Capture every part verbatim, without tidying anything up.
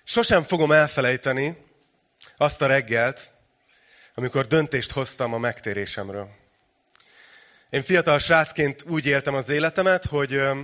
Sosem fogom elfelejteni azt a reggelt, amikor döntést hoztam a megtérésemről. Én fiatal srácként úgy éltem az életemet, hogy ö,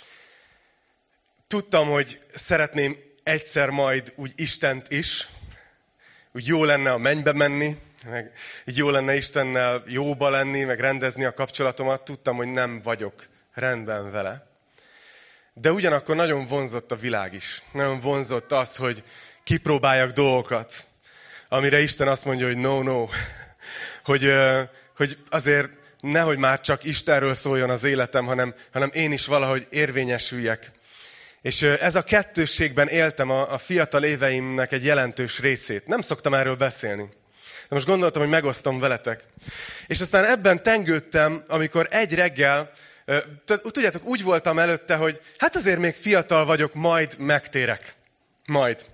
tudtam, hogy szeretném egyszer majd úgy Istent is, úgy jó lenne a mennybe menni, meg jó lenne Istennel jóba lenni, meg rendezni a kapcsolatomat. Tudtam, hogy nem vagyok rendben vele. De ugyanakkor nagyon vonzott a világ is. Nagyon vonzott az, hogy kipróbáljak dolgokat, amire Isten azt mondja, hogy no, no. Hogy, hogy azért nehogy már csak Istenről szóljon az életem, hanem, hanem én is valahogy érvényesüljek. És ez a kettősségben éltem a, a fiatal éveimnek egy jelentős részét. Nem szoktam erről beszélni. De most gondoltam, hogy megosztom veletek. És aztán ebben tengődtem, amikor egy reggel, tudjátok, úgy voltam előtte, hogy hát azért még fiatal vagyok, majd megtérek. Majd.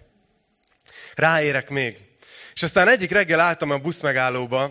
Ráérek még. És aztán egyik reggel álltam a buszmegállóba,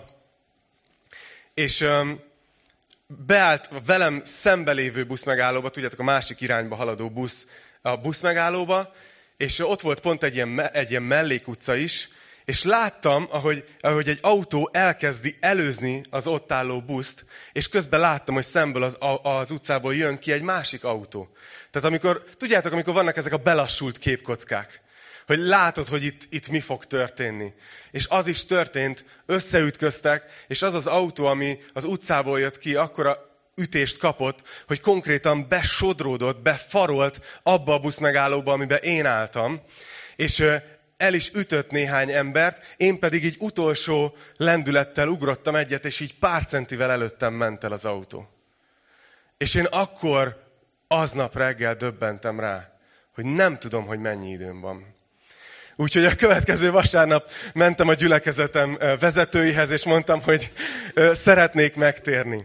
és um, beállt a velem szembelévő buszmegállóba, tudjátok, a másik irányba haladó busz a buszmegállóba, és ott volt pont egy ilyen, egy ilyen mellékutca is, és láttam, ahogy, ahogy egy autó elkezdi előzni az ott álló buszt, és közben láttam, hogy szemből az, az utcából jön ki egy másik autó. Tehát amikor, tudjátok, amikor vannak ezek a belassult képkockák, hogy látod, hogy itt, itt mi fog történni. És az is történt, összeütköztek, és az az autó, ami az utcából jött ki, akkora ütést kapott, hogy konkrétan besodródott, befarolt abba a buszmegállóba, amiben én álltam, és el is ütött néhány embert, én pedig így utolsó lendülettel ugrottam egyet, és így pár centivel előttem ment el az autó. És én akkor aznap reggel döbbentem rá, hogy nem tudom, hogy mennyi időm van. Úgyhogy a következő vasárnap mentem a gyülekezetem vezetőihez, és mondtam, hogy szeretnék megtérni.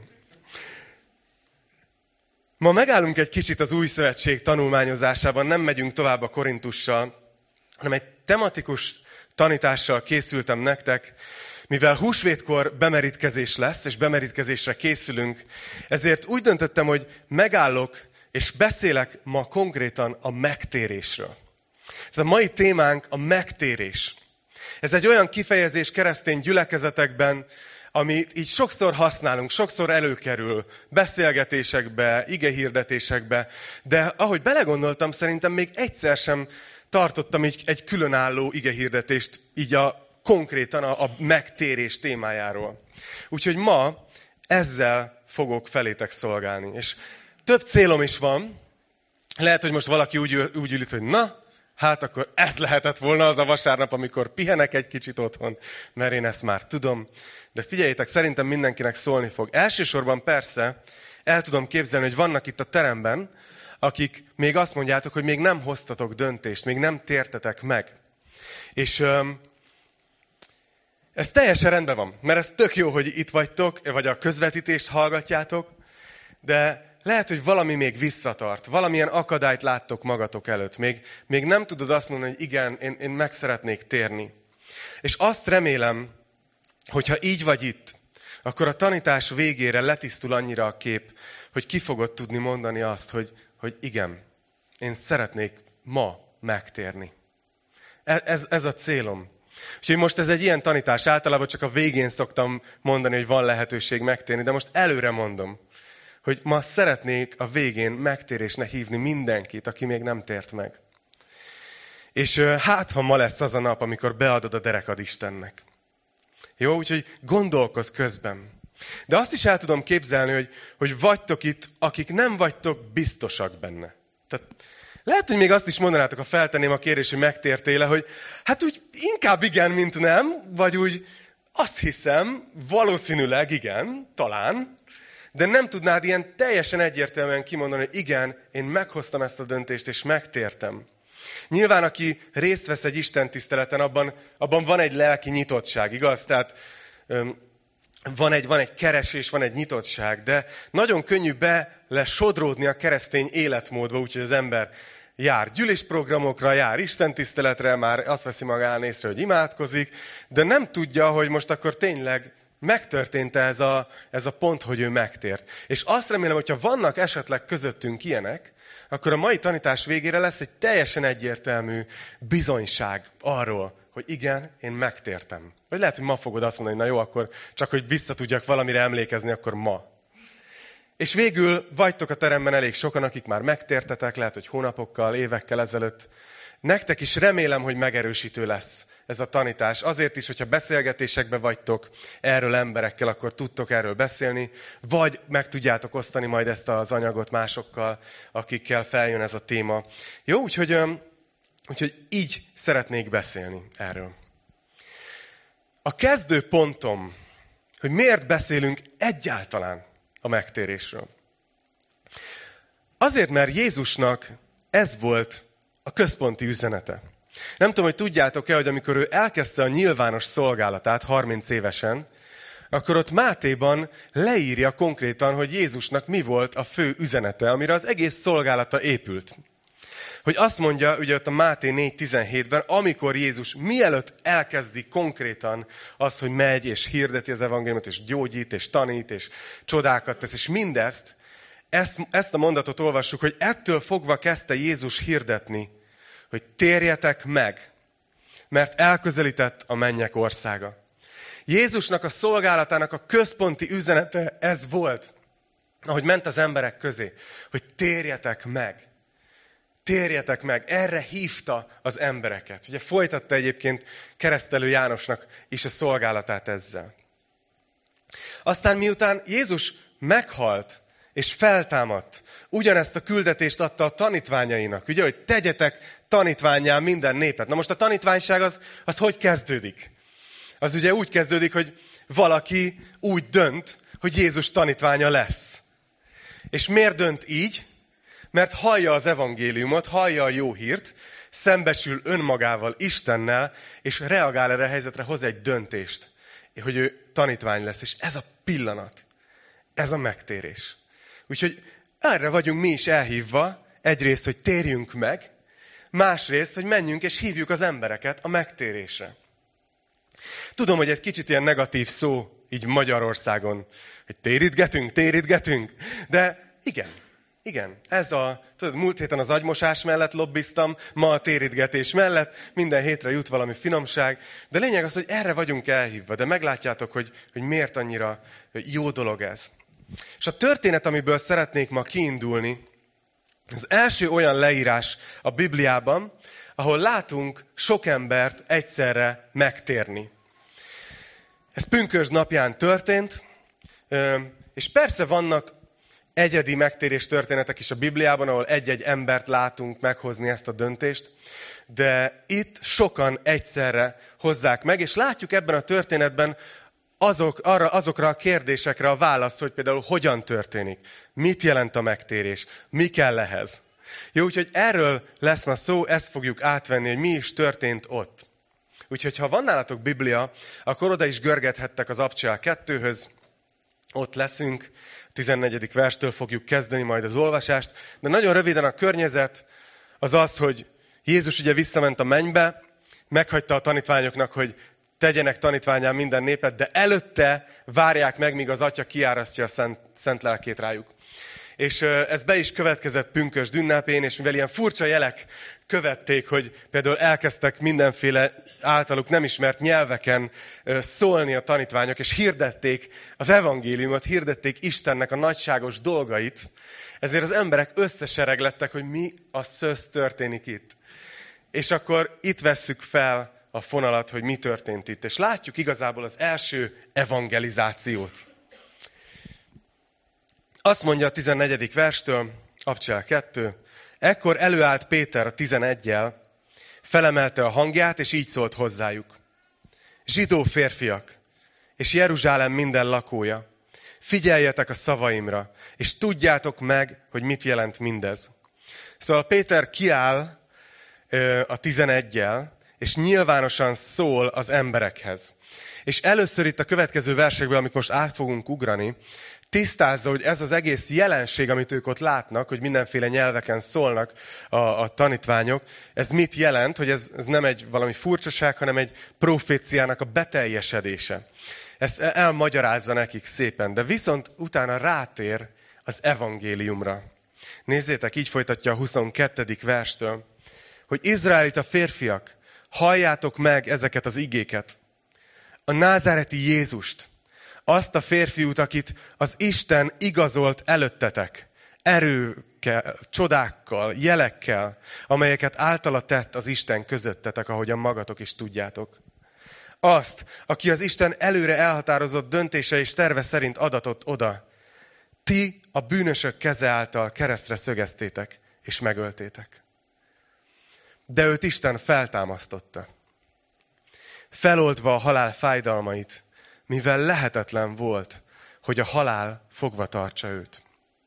Ma megállunk egy kicsit az Új Szövetség tanulmányozásában, nem megyünk tovább a Korintussal, hanem egy tematikus tanítással készültem nektek, mivel húsvétkor bemerítkezés lesz, és bemerítkezésre készülünk, ezért úgy döntöttem, hogy megállok, és beszélek ma konkrétan a megtérésről. Ez a mai témánk a megtérés. Ez egy olyan kifejezés keresztény gyülekezetekben, amit így sokszor használunk, sokszor előkerül, beszélgetésekbe, igehirdetésekbe, de ahogy belegondoltam, szerintem még egyszer sem tartottam így egy különálló igehirdetést, így a konkrétan a, a megtérés témájáról. Úgyhogy ma ezzel fogok felétek szolgálni. És több célom is van. Lehet, hogy most valaki úgy, úgy ül itt, hogy na, hát akkor ez lehetett volna az a vasárnap, amikor pihenek egy kicsit otthon, mert én ezt már tudom. De figyeljétek, szerintem mindenkinek szólni fog. Elsősorban persze el tudom képzelni, hogy vannak itt a teremben, akik még azt mondjátok, hogy még nem hoztatok döntést, még nem tértetek meg. És öm, ez teljesen rendben van, mert ez tök jó, hogy itt vagytok, vagy a közvetítést hallgatjátok, de lehet, hogy valami még visszatart, valamilyen akadályt láttok magatok előtt. Még, még nem tudod azt mondani, hogy igen, én, én meg szeretnék térni. És azt remélem, hogyha így vagy itt, akkor a tanítás végére letisztul annyira a kép, hogy ki fogod tudni mondani azt, hogy, hogy igen, én szeretnék ma megtérni. Ez, ez a célom. Úgyhogy most ez egy ilyen tanítás. Általában csak a végén szoktam mondani, hogy van lehetőség megtérni, de most előre mondom, hogy ma szeretnék a végén megtérésnek hívni mindenkit, aki még nem tért meg. És hát, ha ma lesz az a nap, amikor beadod a derekad Istennek. Jó, úgyhogy gondolkozz közben. De azt is el tudom képzelni, hogy, hogy vagytok itt, akik nem vagytok biztosak benne. Tehát lehet, hogy még azt is mondanátok, ha feltenném a kérdést, hogy megtértél-e, hogy hát úgy inkább igen, mint nem, vagy úgy azt hiszem, valószínűleg igen, talán, de nem tudnád ilyen teljesen egyértelműen kimondani, hogy igen, én meghoztam ezt a döntést, és megtértem. Nyilván, aki részt vesz egy istentiszteleten, abban, abban van egy lelki nyitottság, igaz? Tehát öm, van, egy, van egy keresés, van egy nyitottság, de nagyon könnyű belesodródni a keresztény életmódba, úgyhogy az ember jár gyűlésprogramokra, jár istentiszteletre, már azt veszi magán észre, hogy imádkozik, de nem tudja, hogy most akkor tényleg megtörtént ez a, ez a pont, hogy ő megtért. És azt remélem, hogyha vannak esetleg közöttünk ilyenek, akkor a mai tanítás végére lesz egy teljesen egyértelmű bizonyság arról, hogy igen, én megtértem. Vagy lehet, hogy ma fogod azt mondani, na jó, akkor csak, hogy vissza tudjak valamire emlékezni, akkor ma. És végül vagytok a teremben elég sokan, akik már megtértetek, lehet, hogy hónapokkal, évekkel ezelőtt. Nektek is remélem, hogy megerősítő lesz ez a tanítás. Azért is, hogyha beszélgetésekben vagytok erről emberekkel, akkor tudtok erről beszélni, vagy meg tudjátok osztani majd ezt az anyagot másokkal, akikkel feljön ez a téma. Jó, úgyhogy, úgyhogy így szeretnék beszélni erről. A kezdő pontom, hogy miért beszélünk egyáltalán a megtérésről. Azért, mert Jézusnak ez volt a központi üzenete. Nem tudom, hogy tudjátok-e, hogy amikor ő elkezdte a nyilvános szolgálatát harminc évesen, akkor ott Mátéban leírja konkrétan, hogy Jézusnak mi volt a fő üzenete, amire az egész szolgálata épült. Hogy azt mondja, ugye ott a Máté négy tizenhétben, amikor Jézus mielőtt elkezdi konkrétan az, hogy megy és hirdeti az evangéliumot, és gyógyít, és tanít, és csodákat tesz, és mindezt, ezt, ezt a mondatot olvassuk, hogy ettől fogva kezdte Jézus hirdetni, hogy térjetek meg, mert elközelített a mennyek országa. Jézusnak a szolgálatának a központi üzenete ez volt, ahogy ment az emberek közé, hogy térjetek meg. Térjetek meg, erre hívta az embereket. Ugye folytatta egyébként Keresztelő Jánosnak is a szolgálatát ezzel. Aztán miután Jézus meghalt és feltámadt, ugyanezt a küldetést adta a tanítványainak, ugye, hogy tegyetek tanítvánnyá minden népet. Na most a tanítványság az, az hogy kezdődik? Az ugye úgy kezdődik, hogy valaki úgy dönt, hogy Jézus tanítványa lesz. És miért dönt így? Mert hallja az evangéliumot, hallja a jó hírt, szembesül önmagával, Istennel, és reagál erre a helyzetre, hoz egy döntést, hogy ő tanítvány lesz. És ez a pillanat, ez a megtérés. Úgyhogy erre vagyunk mi is elhívva, egyrészt, hogy térjünk meg, másrészt, hogy menjünk és hívjuk az embereket a megtérésre. Tudom, hogy ez kicsit ilyen negatív szó, így Magyarországon, hogy térítgetünk, térítgetünk, de igen. Igen, ez a, tudod, múlt héten az agymosás mellett lobbiztam, ma a térítgetés mellett, minden hétre jut valami finomság, de lényeg az, hogy erre vagyunk elhívva, de meglátjátok, hogy, hogy miért annyira jó dolog ez. És a történet, amiből szeretnék ma kiindulni, az első olyan leírás a Bibliában, ahol látunk sok embert egyszerre megtérni. Ez pünkösd napján történt, és persze vannak egyedi megtérés történetek is a Bibliában, ahol egy-egy embert látunk meghozni ezt a döntést, de itt sokan egyszerre hozzák meg, és látjuk ebben a történetben azok, arra, azokra a kérdésekre a választ, hogy például hogyan történik, mit jelent a megtérés, mi kell ehhez. Jó, úgyhogy erről lesz ma szó, ezt fogjuk átvenni, hogy mi is történt ott. Úgyhogy ha van nálatok Biblia, akkor oda is görgethettek az Abcsel kettőhöz, ott leszünk, tizennegyedik verstől fogjuk kezdeni majd az olvasást, de nagyon röviden a környezet az az, hogy Jézus ugye visszament a mennybe, meghagyta a tanítványoknak, hogy tegyenek tanítvánnyá minden népet, de előtte várják meg, míg az Atya kiárasztja a szent, szent lelkét rájuk. És ez be is következett pünkösd ünnepén, és mivel ilyen furcsa jelek követték, hogy például elkezdtek mindenféle általuk nem ismert nyelveken szólni a tanítványok, és hirdették az evangéliumot, hirdették Istennek a nagyságos dolgait, ezért az emberek összesereglettek, hogy mi a szösz történik itt. És akkor itt vesszük fel a fonalat, hogy mi történt itt. És látjuk igazából az első evangelizációt. Azt mondja a tizennegyedik verstől, Abcsel kettő, ekkor előállt Péter a tizeneggyel, felemelte a hangját, és így szólt hozzájuk. Zsidó férfiak, és Jeruzsálem minden lakója, figyeljetek a szavaimra, és tudjátok meg, hogy mit jelent mindez. Szóval Péter kiáll a tizeneggyel, és nyilvánosan szól az emberekhez. És először itt a következő versekből, amit most át fogunk ugrani, tisztázza, hogy ez az egész jelenség, amit ők ott látnak, hogy mindenféle nyelveken szólnak a, a tanítványok, ez mit jelent, hogy ez, ez nem egy valami furcsaság, hanem egy proféciának a beteljesedése. Ezt elmagyarázza nekik szépen, de viszont utána rátér az evangéliumra. Nézzétek, így folytatja a huszonkettedik verstől, hogy izraelita férfiak, halljátok meg ezeket az igéket. A názáreti Jézust, azt a férfiút, akit az Isten igazolt előttetek, erőkkel, csodákkal, jelekkel, amelyeket általa tett az Isten közöttetek, ahogyan magatok is tudjátok. Azt, aki az Isten előre elhatározott döntése és terve szerint adatott oda, ti a bűnösök keze által keresztre szögeztétek és megöltétek. De őt Isten feltámasztotta, feloldva a halál fájdalmait, mivel lehetetlen volt, hogy a halál fogva tartsa őt.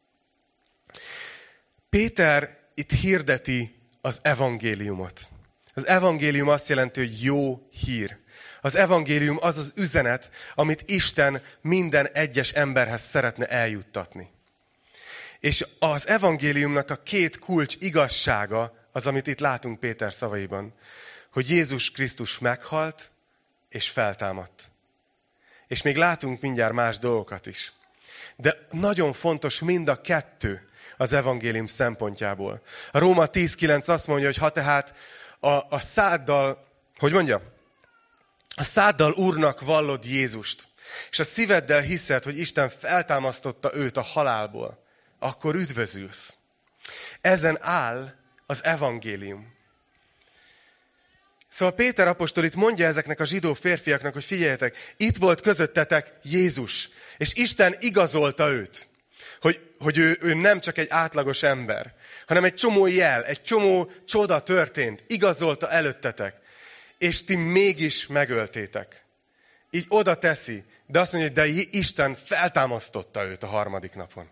Péter itt hirdeti az evangéliumot. Az evangélium azt jelenti, hogy jó hír. Az evangélium az az üzenet, amit Isten minden egyes emberhez szeretne eljuttatni. És az evangéliumnak a két kulcs igazsága az, amit itt látunk Péter szavaiban, hogy Jézus Krisztus meghalt és feltámadt. És még látunk mindjárt más dolgokat is. De nagyon fontos mind a kettő az evangélium szempontjából. A Róma tíz kilenc azt mondja, hogy ha tehát a, a száddal, hogy mondja? A száddal Úrnak vallod Jézust, és a szíveddel hiszed, hogy Isten feltámasztotta őt a halálból, akkor üdvözülsz. Ezen áll az evangélium. Szóval Péter apostol itt mondja ezeknek a zsidó férfiaknak, hogy figyeljetek, itt volt közöttetek Jézus, és Isten igazolta őt, hogy, hogy ő, ő nem csak egy átlagos ember, hanem egy csomó jel, egy csomó csoda történt, igazolta előttetek, és ti mégis megöltétek. Így oda teszi, de azt mondja, hogy de Isten feltámasztotta őt a harmadik napon.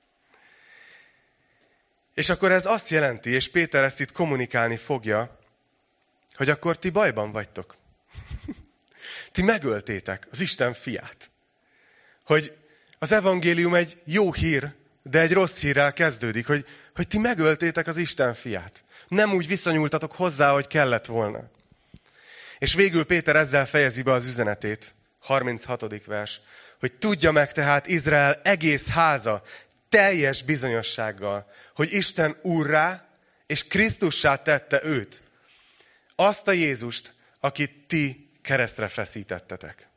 És akkor ez azt jelenti, és Péter ezt itt kommunikálni fogja, hogy akkor ti bajban vagytok. Ti megöltétek az Isten fiát. Hogy az evangélium egy jó hír, de egy rossz hírrel kezdődik, hogy, hogy ti megöltétek az Isten fiát. Nem úgy viszonyultatok hozzá, hogy kellett volna. És végül Péter ezzel fejezi be az üzenetét, harminchatodik vers, hogy tudja meg tehát Izrael egész háza teljes bizonyossággal, hogy Isten úrrá és Krisztussá tette őt, azt a Jézust, akit ti keresztre feszítettetek.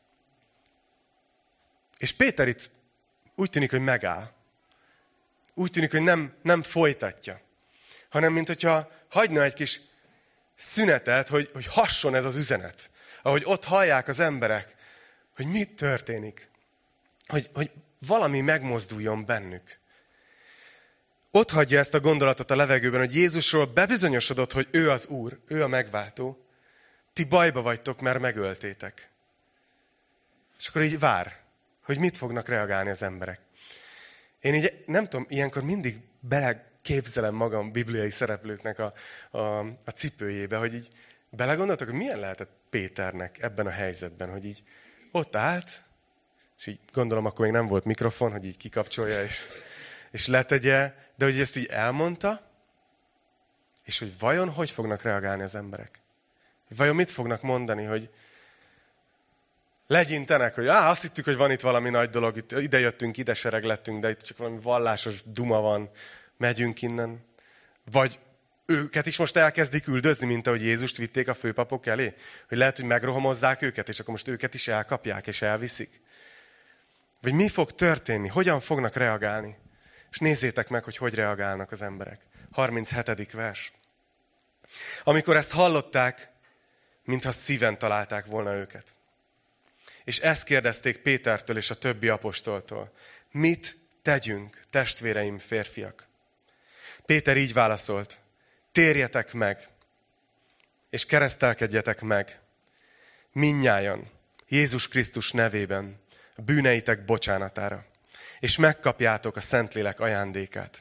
És Péter itt úgy tűnik, hogy megáll. Úgy tűnik, hogy nem, nem folytatja, hanem mint hogyha hagyna egy kis szünetet, hogy, hogy hasson ez az üzenet. Ahogy ott hallják az emberek, hogy mit történik. Hogy, hogy valami megmozduljon bennük. Ott hagyja ezt a gondolatot a levegőben, hogy Jézusról bebizonyosodott, hogy ő az Úr, ő a megváltó. Ti bajba vagytok, mert megöltétek. És akkor így vár, hogy mit fognak reagálni az emberek. Én így nem tudom, ilyenkor mindig beleképzelem magam bibliai szereplőknek a, a, a cipőjébe, hogy így belegondoltak, hogy milyen lehetett Péternek ebben a helyzetben, hogy így ott állt, és így gondolom, akkor még nem volt mikrofon, hogy így kikapcsolja és, és letegye, de hogy ezt így elmondta, és hogy vajon hogy fognak reagálni az emberek? Vajon mit fognak mondani, hogy legyintenek, hogy á, azt hittük, hogy van itt valami nagy dolog, itt, ide jöttünk, ide sereglettünk, de itt csak valami vallásos duma van, megyünk innen. Vagy őket is most elkezdik üldözni, mint ahogy Jézust vitték a főpapok elé? Hogy lehet, hogy megrohamozzák őket, és akkor most őket is elkapják, és elviszik? Vagy mi fog történni? Hogyan fognak reagálni? És nézzétek meg, hogy hogy reagálnak az emberek. harminchetedik vers. Amikor ezt hallották, mintha szíven találták volna őket. És ezt kérdezték Pétertől és a többi apostoltól. Mit tegyünk, testvéreim férfiak? Péter így válaszolt. Térjetek meg, és keresztelkedjetek meg, mindnyájan, Jézus Krisztus nevében, a bűneitek bocsánatára, és megkapjátok a Szentlélek ajándékát.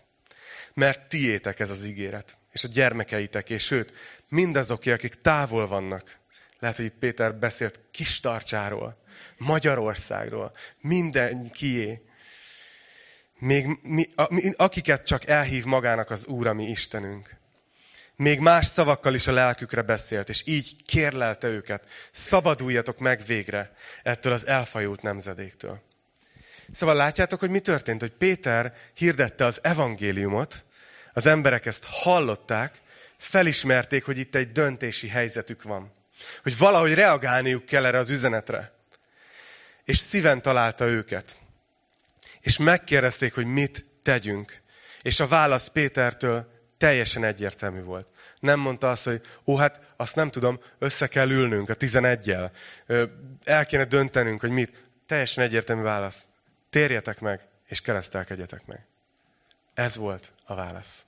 mert tiétek ez az ígéret, és a gyermekeitek, és sőt, mindazoké, akik távol vannak. Lehet, hogy itt Péter beszélt Kistarcsáról, Magyarországról, mindenkié. Még mi, a, mi, akiket csak elhív magának az Úr, a mi Istenünk. Még más szavakkal is a lelkükre beszélt, és így kérlelte őket, szabaduljatok meg végre ettől az elfajult nemzedéktől. Szóval látjátok, hogy mi történt? Hogy Péter hirdette az evangéliumot, az emberek ezt hallották, felismerték, hogy itt egy döntési helyzetük van. Hogy valahogy reagálniuk kell erre az üzenetre. És szíven találta őket. És megkérdezték, hogy mit tegyünk. És a válasz Pétertől teljesen egyértelmű volt. Nem mondta azt, hogy ó, hát azt nem tudom, össze kell ülnünk a tizeneggyel. El kéne döntenünk, hogy mit. Teljesen egyértelmű válasz. Térjetek meg, és keresztelkedjetek meg. Ez volt a válasz.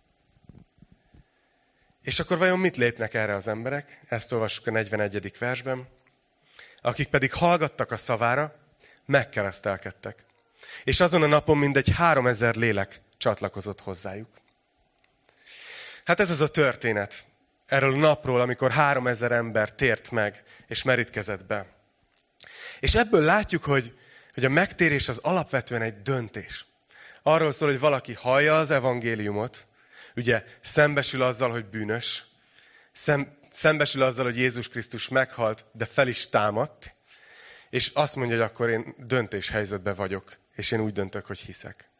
És akkor vajon mit lépnek erre az emberek? Ezt olvassuk a negyvenegyedik versben. Akik pedig hallgattak a szavára, megkeresztelkedtek. És azon a napon mindegy háromezer lélek csatlakozott hozzájuk. Hát ez az a történet. Erről a napról, amikor háromezer ember tért meg, és merítkezett be. És ebből látjuk, hogy, hogy a megtérés az alapvetően egy döntés. Arról szól, hogy valaki hallja az evangéliumot, ugye szembesül azzal, hogy bűnös, szem, szembesül azzal, hogy Jézus Krisztus meghalt, de fel is támadt, és azt mondja, hogy akkor én döntéshelyzetben vagyok, és én úgy döntök, hogy hiszek.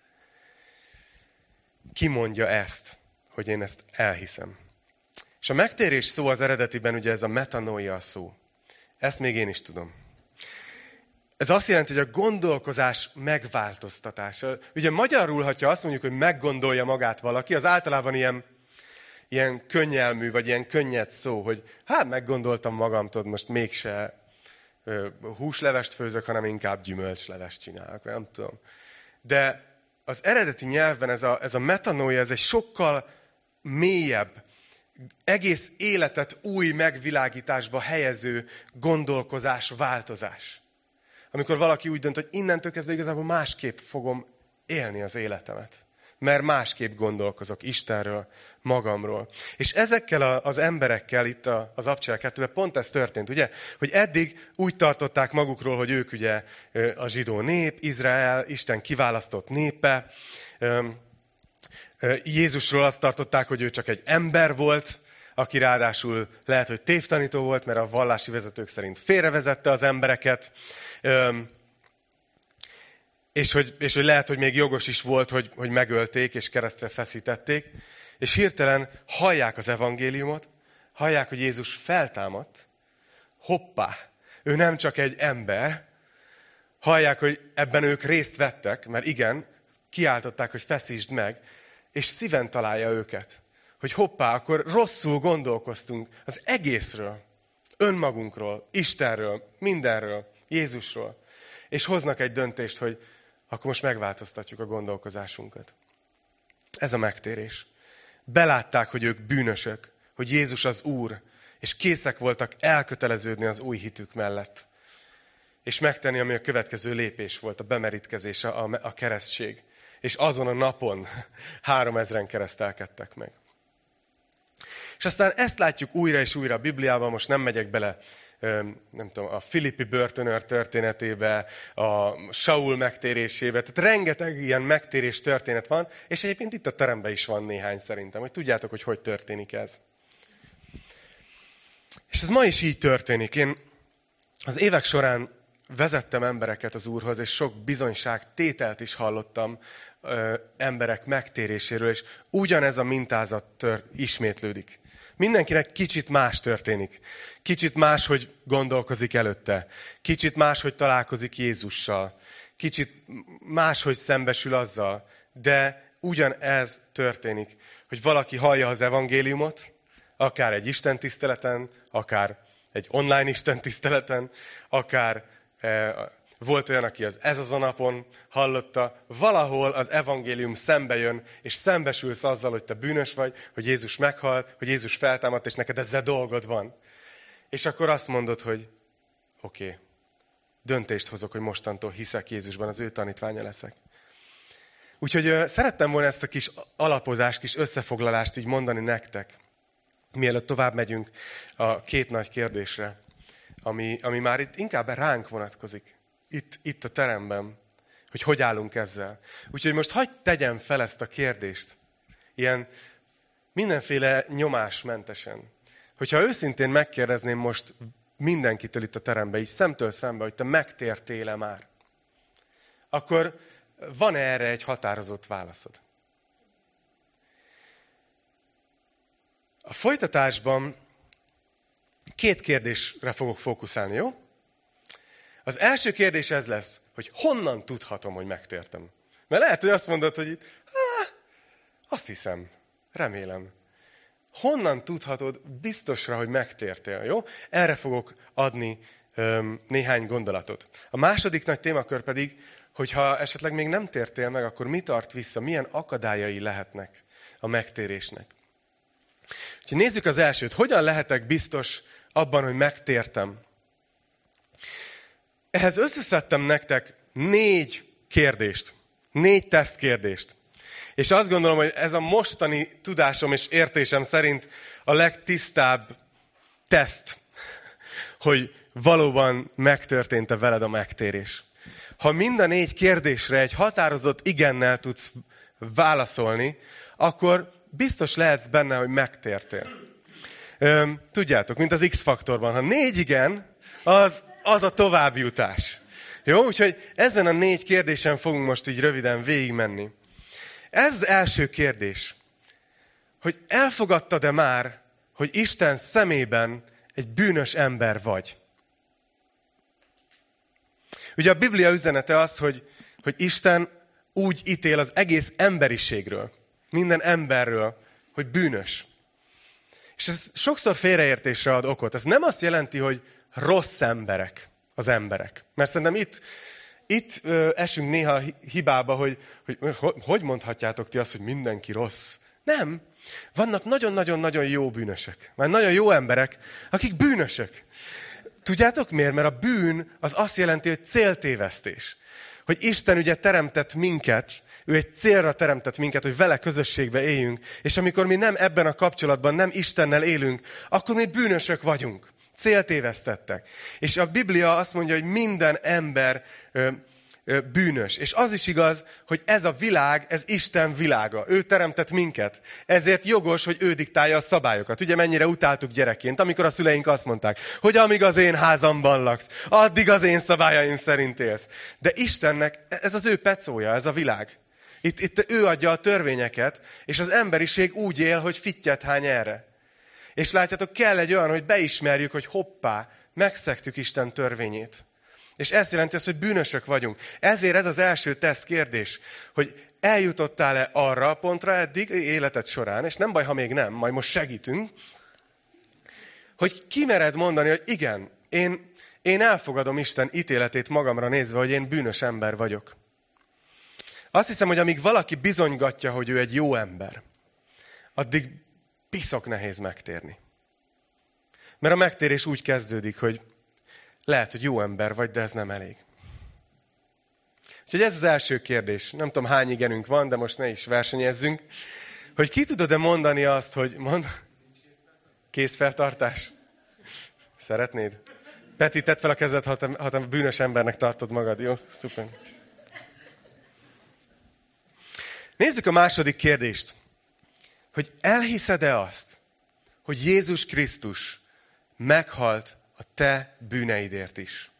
Ki mondja ezt, hogy én ezt elhiszem? És a megtérés szó az eredetiben ugye ez a metanoia szó. Ezt még én is tudom. Ez azt jelenti, hogy a gondolkozás megváltoztatása. Ugye magyarul, ha azt mondjuk, hogy meggondolja magát valaki, az általában ilyen, ilyen könnyelmű, vagy ilyen könnyed szó, hogy hát meggondoltam magam, tudod, most mégse ö, húslevest főzök, hanem inkább gyümölcslevest csinálok, nem tudom. De az eredeti nyelvben ez a, ez a metanoia, ez egy sokkal mélyebb, egész életet új megvilágításba helyező gondolkozás, változás. Amikor valaki úgy dönt, hogy innentől kezdve igazából másképp fogom élni az életemet. Mert másképp gondolkozok Istenről, magamról. És ezekkel az emberekkel itt az Abcsel kettőben pont ez történt, ugye? Hogy eddig úgy tartották magukról, hogy ők ugye a zsidó nép, Izrael, Isten kiválasztott népe. Jézusról azt tartották, hogy ő csak egy ember volt, aki ráadásul lehet, hogy tévtanító volt, mert a vallási vezetők szerint félrevezette az embereket, és hogy, és hogy lehet, hogy még jogos is volt, hogy, hogy megölték és keresztre feszítették, és hirtelen hallják az evangéliumot, hallják, hogy Jézus feltámadt, hoppá, ő nem csak egy ember, hallják, hogy ebben ők részt vettek, mert igen, kiáltották, hogy feszítsd meg, és szíven találja őket. Hogy hoppá, akkor rosszul gondolkoztunk az egészről, önmagunkról, Istenről, mindenről, Jézusról. És hoznak egy döntést, hogy akkor most megváltoztatjuk a gondolkozásunkat. Ez a megtérés. Belátták, hogy ők bűnösök, hogy Jézus az Úr, és készek voltak elköteleződni az új hitük mellett. És megtenni, ami a következő lépés volt, a bemerítkezés, a, a keresztség. És azon a napon háromezren keresztelkedtek meg. És aztán ezt látjuk újra és újra a Bibliában, most nem megyek bele, nem tudom, a Filippi börtönőr történetébe, a Saul megtérésébe, tehát rengeteg ilyen megtérés történet van, és egyébként itt a teremben is van néhány szerintem, hogy tudjátok, hogy hogy történik ez. És ez ma is így történik. Én az évek során vezettem embereket az Úrhoz, és sok bizonyság tételt is hallottam ö, emberek megtéréséről, és ugyanez a mintázat tör, ismétlődik. Mindenkinek kicsit más történik. Kicsit más, hogy gondolkozik előtte. Kicsit más, hogy találkozik Jézussal. Kicsit más, hogy szembesül azzal. De ugyanez történik, hogy valaki hallja az evangéliumot, akár egy istentiszteleten, akár egy online istentiszteleten, akár eh, volt olyan, aki az ez az a napon hallotta, valahol az evangélium szembe jön, és szembesülsz azzal, hogy te bűnös vagy, hogy Jézus meghalt, hogy Jézus feltámadt, és neked ezzel dolgod van. És akkor azt mondod, hogy oké, okay, döntést hozok, hogy mostantól hiszek Jézusban, az ő tanítványa leszek. Úgyhogy szerettem volna ezt a kis alapozást, kis összefoglalást így mondani nektek, mielőtt tovább megyünk a két nagy kérdésre, ami, ami már itt inkább ránk vonatkozik, itt, itt a teremben, hogy hogy állunk ezzel. Úgyhogy most hagyd tegyem fel ezt a kérdést, ilyen mindenféle nyomásmentesen. Hogyha őszintén megkérdezném most mindenkitől itt a teremben, így szemtől szembe, hogy te megtértél-e már, akkor van-e erre egy határozott válaszod? A folytatásban két kérdésre fogok fókuszálni, jó? Az első kérdés ez lesz, hogy honnan tudhatom, hogy megtértem. Mert lehet, hogy azt mondod, hogy itt, ah, azt hiszem, remélem. Honnan tudhatod biztosra, hogy megtértél, jó? Erre fogok adni öm, néhány gondolatot. A második nagy témakör pedig, hogyha esetleg még nem tértél meg, akkor mi tart vissza, milyen akadályai lehetnek a megtérésnek. Úgyhogy nézzük az elsőt. Hogyan lehetek biztos abban, hogy megtértem? Ehhez összeszedtem nektek négy kérdést, négy tesztkérdést. És azt gondolom, hogy ez a mostani tudásom és értésem szerint a legtisztább teszt, hogy valóban megtörtént-e veled a megtérés. Ha mind a négy kérdésre egy határozott igennel tudsz válaszolni, akkor biztos lehetsz benne, hogy megtértél. Üm, tudjátok, mint az X-faktorban, ha négy igen, az, az a továbbjutás. Jó, úgyhogy ezen a négy kérdésen fogunk most így röviden végigmenni. Ez az első kérdés, hogy elfogadtad-e már, hogy Isten szemében egy bűnös ember vagy? Ugye a Biblia üzenete az, hogy, hogy Isten úgy ítél az egész emberiségről, minden emberről, hogy bűnös. És ez sokszor félreértésre ad okot. Ez nem azt jelenti, hogy rossz emberek az emberek. Mert szerintem itt, itt ö, esünk néha hibába, hogy, hogy hogy mondhatjátok ti azt, hogy mindenki rossz. Nem. Vannak nagyon-nagyon-nagyon jó bűnösök. Már nagyon jó emberek, akik bűnösök. Tudjátok miért? Mert a bűn az azt jelenti, hogy céltévesztés. Hogy Isten ugye teremtett minket, ő egy célra teremtett minket, hogy vele közösségbe éljünk, és amikor mi nem ebben a kapcsolatban, nem Istennel élünk, akkor mi bűnösök vagyunk. Céltévesztettek. És a Biblia azt mondja, hogy minden ember ö, ö, bűnös. És az is igaz, hogy ez a világ, ez Isten világa. Ő teremtett minket. Ezért jogos, hogy ő diktálja a szabályokat. Ugye mennyire utáltuk gyerekként, amikor a szüleink azt mondták, hogy amíg az én házamban laksz, addig az én szabályaim szerint élsz. De Istennek ez az ő pecója, ez a világ. Itt, itt ő adja a törvényeket, és az emberiség úgy él, hogy fittyet hány erre. És látjátok, kell egy olyan, hogy beismerjük, hogy hoppá, megszegtük Isten törvényét. És ez jelenti azt, hogy bűnösök vagyunk. Ezért ez az első teszt kérdés, hogy eljutottál-e arra a pontra eddig életed során, és nem baj, ha még nem, majd most segítünk, hogy kimered mondani, hogy igen, én, én elfogadom Isten ítéletét magamra nézve, hogy én bűnös ember vagyok. Azt hiszem, hogy amíg valaki bizonygatja, hogy ő egy jó ember, addig piszok nehéz megtérni. Mert a megtérés úgy kezdődik, hogy lehet, hogy jó ember vagy, de ez nem elég. Úgyhogy ez az első kérdés. Nem tudom, hány igenünk van, de most ne is versenyezzünk. Hogy ki tudod-e mondani azt, hogy mond... Kézfeltartás? Szeretnéd? Peti, tedd fel a kezed, ha te, ha te bűnös embernek tartod magad. Jó? Szuper. Nézzük a második kérdést. Hogy elhiszed-e azt, hogy Jézus Krisztus meghalt a te bűneidért is?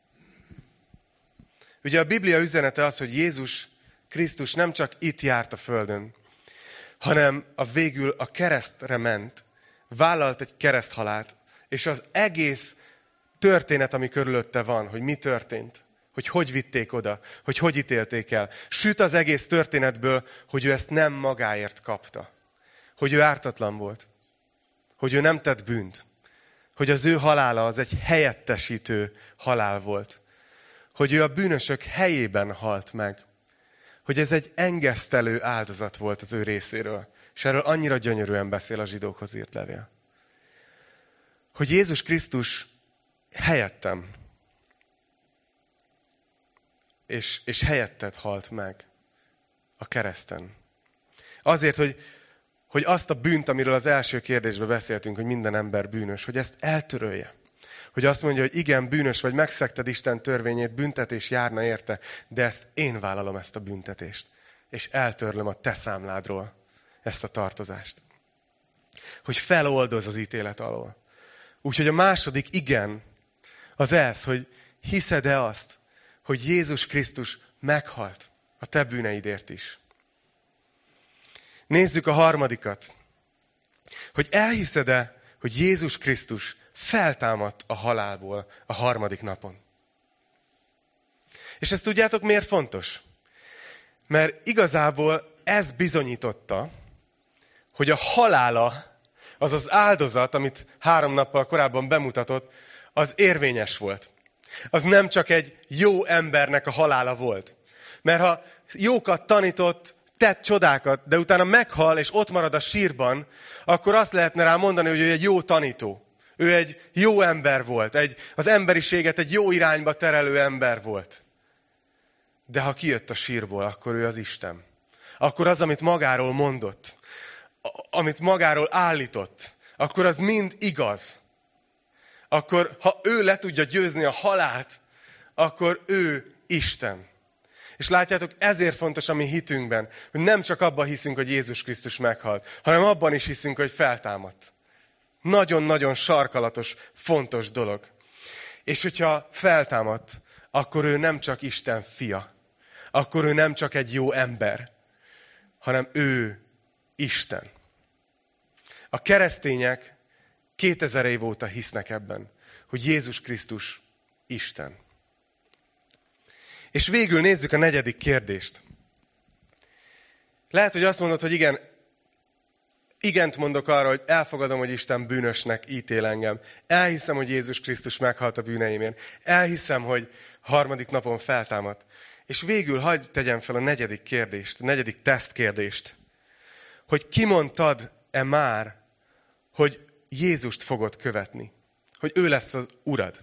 Ugye a Biblia üzenete az, hogy Jézus Krisztus nem csak itt járt a földön, hanem a végül a keresztre ment, vállalt egy kereszthalált, és az egész történet, ami körülötte van, hogy mi történt, hogy hogy vitték oda, hogy hogy ítélték el, süt az egész történetből, hogy ő ezt nem magáért kapta. Hogy ő ártatlan volt. Hogy ő nem tett bűnt. Hogy az ő halála az egy helyettesítő halál volt. Hogy ő a bűnösök helyében halt meg. Hogy ez egy engesztelő áldozat volt az ő részéről. És erről annyira gyönyörűen beszél a zsidókhoz írt levél. Hogy Jézus Krisztus helyettem. És, és helyetted halt meg. a kereszten. Azért, hogy, hogy azt a bűnt, amiről az első kérdésben beszéltünk, hogy minden ember bűnös, hogy ezt eltörölje. Hogy azt mondja, hogy igen, bűnös vagy, megszegted Isten törvényét, büntetés járna érte, de ezt én vállalom, ezt a büntetést. És eltörlöm a te számládról ezt a tartozást. Hogy feloldoz az ítélet alól. Úgyhogy a második igen, az ez, hogy hiszed-e azt, hogy Jézus Krisztus meghalt a te bűneidért is. Nézzük a harmadikat. Hogy elhiszed-e, hogy Jézus Krisztus feltámadt a halálból a harmadik napon. És ezt tudjátok, miért fontos? Mert igazából ez bizonyította, hogy a halála, az az áldozat, amit három nappal korábban bemutatott, az érvényes volt. Az nem csak egy jó embernek a halála volt. Mert ha jókat tanított, tett csodákat, de utána meghal, és ott marad a sírban, akkor azt lehetne rá mondani, hogy ő egy jó tanító. Ő egy jó ember volt, egy, az emberiséget egy jó irányba terelő ember volt. De ha kijött a sírból, akkor ő az Isten. Akkor az, amit magáról mondott, amit magáról állított, akkor az mind igaz. Akkor, ha ő le tudja győzni a halált, akkor ő Isten. És látjátok, ezért fontos a mi hitünkben, hogy nem csak abban hiszünk, hogy Jézus Krisztus meghalt, hanem abban is hiszünk, hogy feltámadt. Nagyon-nagyon sarkalatos, fontos dolog. És hogyha feltámadt, akkor ő nem csak Isten fia, akkor ő nem csak egy jó ember, hanem ő Isten. A keresztények kétezer év óta hisznek ebben, hogy Jézus Krisztus Isten. És végül nézzük a negyedik kérdést. Lehet, hogy azt mondod, hogy igen, igent mondok arra, hogy elfogadom, hogy Isten bűnösnek ítél engem. Elhiszem, hogy Jézus Krisztus meghalt a bűneimért. Elhiszem, hogy harmadik napon feltámadt. És végül hadd tegyem fel a negyedik kérdést, a negyedik tesztkérdést. Hogy kimondtad-e már, hogy Jézust fogod követni? Hogy ő lesz az urad?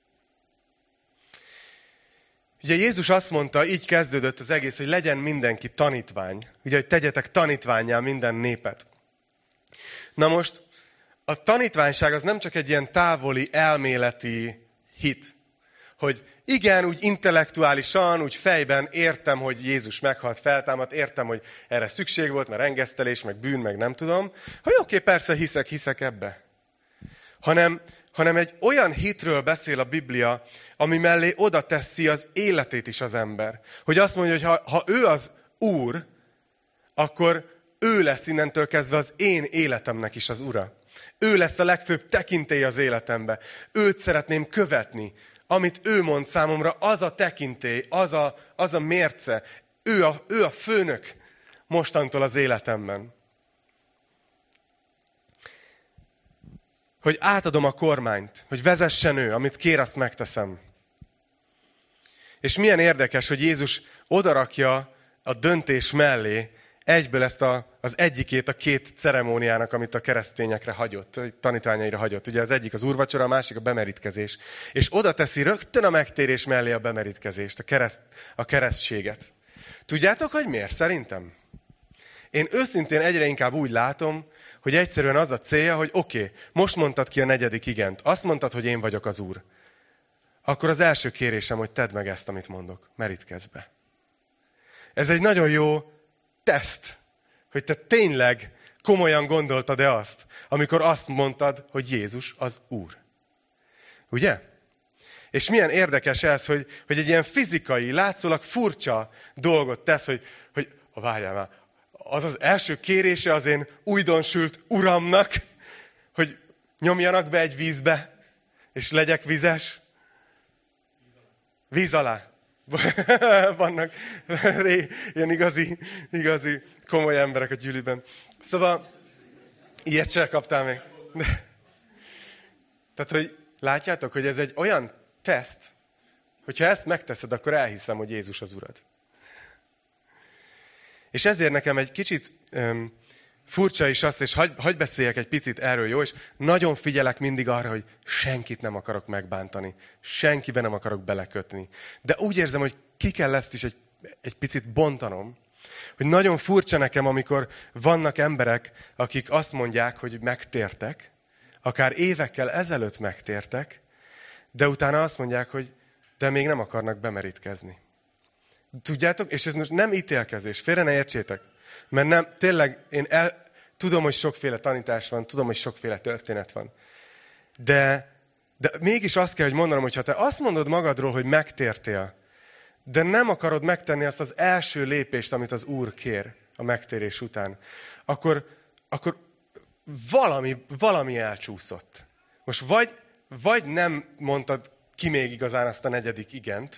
Ugye Jézus azt mondta, így kezdődött az egész, hogy legyen mindenki tanítvány. Ugye, hogy tegyetek tanítvánnyá minden népet. Na most, a tanítványság az nem csak egy ilyen távoli, elméleti hit. Hogy igen, úgy intellektuálisan, úgy fejben értem, hogy Jézus meghalt, feltámadt, értem, hogy erre szükség volt, mert engesztelés, meg bűn, meg nem tudom. Hogy oké, persze hiszek, hiszek ebbe. Hanem, hanem egy olyan hitről beszél a Biblia, ami mellé oda teszi az életét is az ember. Hogy azt mondja, hogy ha, ha ő az Úr, akkor ő lesz innentől kezdve az én életemnek is az ura. Ő lesz a legfőbb tekintély az életembe. Őt szeretném követni. Amit ő mond számomra, az a tekintély, az a, az a mérce. Ő a, ő a főnök mostantól az életemben. Hogy átadom a kormányt, hogy vezessen ő, amit kér, azt megteszem. És milyen érdekes, hogy Jézus odarakja a döntés mellé egyből ezt a, az egyikét a két ceremóniának, amit a keresztényekre hagyott, a tanítványaira hagyott. Ugye az egyik az úrvacsora, a másik a bemerítkezés. És oda teszi rögtön a megtérés mellé a bemerítkezést, a, kereszt, a keresztséget. Tudjátok, hogy miért? Szerintem. Én őszintén egyre inkább úgy látom, hogy egyszerűen az a célja, hogy oké, okay, most mondtad ki a negyedik igent. Azt mondtad, hogy én vagyok az Úr. Akkor az első kérésem, hogy tedd meg ezt, amit mondok. Merítkezz be. Ez egy nagyon jó teszt, hogy te tényleg komolyan gondoltad-e azt, amikor azt mondtad, hogy Jézus az Úr. Ugye? És milyen érdekes ez, hogy, hogy egy ilyen fizikai, látszólag furcsa dolgot tesz, hogy, hogy várjál már, az az első kérése az én újdonsült uramnak, hogy nyomjanak be egy vízbe, és legyek vizes. Víz alá. Vannak ré, ilyen igazi, igazi komoly emberek a gyűliben. Szóval, ilyet sem kaptál még. Tehát, hogy látjátok, hogy ez egy olyan teszt, hogyha ezt megteszed, akkor elhiszem, hogy Jézus az Urad. És ezért nekem egy kicsit um, furcsa is azt, és hagy, hagy beszéljek egy picit erről, jó? És nagyon figyelek mindig arra, hogy senkit nem akarok megbántani. Senkiben nem akarok belekötni. De úgy érzem, hogy ki kell ezt is egy, egy picit bontanom, Hogy nagyon furcsa nekem, amikor vannak emberek, akik azt mondják, hogy megtértek, akár évekkel ezelőtt megtértek, de utána azt mondják, hogy de még nem akarnak bemerítkezni. Tudjátok? És ez most nem ítélkezés, félre ne értsétek. Mert nem, tényleg én el, tudom, hogy sokféle tanítás van, tudom, hogy sokféle történet van. De, de mégis azt kell, hogy mondanom, hogy ha te azt mondod magadról, hogy megtértél, de nem akarod megtenni azt az első lépést, amit az Úr kér a megtérés után, akkor, akkor valami, valami elcsúszott. Most vagy, vagy nem mondtad ki még igazán azt a negyedik igent,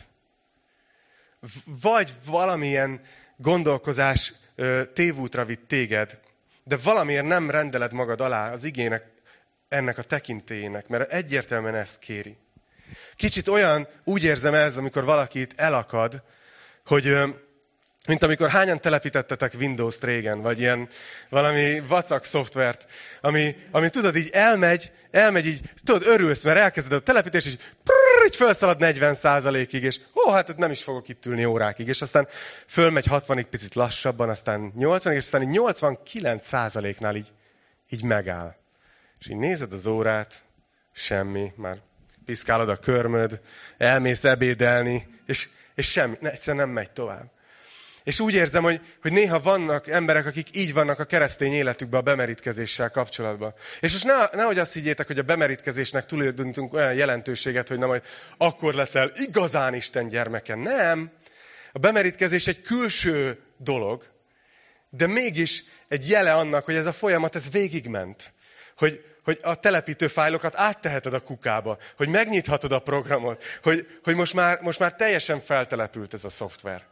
vagy valamilyen gondolkozás ö, tévútra vitt téged, de valamiért nem rendeled magad alá az igének, ennek a tekintélyének, mert egyértelműen ezt kéri. Kicsit olyan, úgy érzem ez, amikor valaki itt elakad, hogy ö, mint amikor hányan telepítettetek Windows-t régen, vagy ilyen valami vacak szoftvert, ami, ami tudod, így elmegy, elmegy így, tudod, örülsz, mert elkezded a telepítés, és prrr, így felszalad negyven százalékig, és ó, hát nem is fogok itt ülni órákig, és aztán fölmegy hatvanig, picit lassabban, aztán nyolcvanig, és aztán így nyolcvankilenc százaléknál így, így megáll. És így nézed az órát, semmi, már piszkálod a körmöd, elmész ebédelni, és, és semmi, ne, egyszerűen nem megy tovább. És úgy érzem, hogy, hogy néha vannak emberek, akik így vannak a keresztény életükben a bemerítkezéssel kapcsolatban. És most ne, nehogy azt higgyétek, hogy a bemerítkezésnek tulajdonítunk olyan jelentőséget, hogy na majd akkor leszel igazán Isten gyermeke. Nem. A bemerítkezés egy külső dolog, de mégis egy jele annak, hogy ez a folyamat, ez végigment. Hogy, hogy a telepítő fájlokat átteheted a kukába, hogy megnyithatod a programot, hogy, hogy most, már, most már teljesen feltelepült ez a szoftver.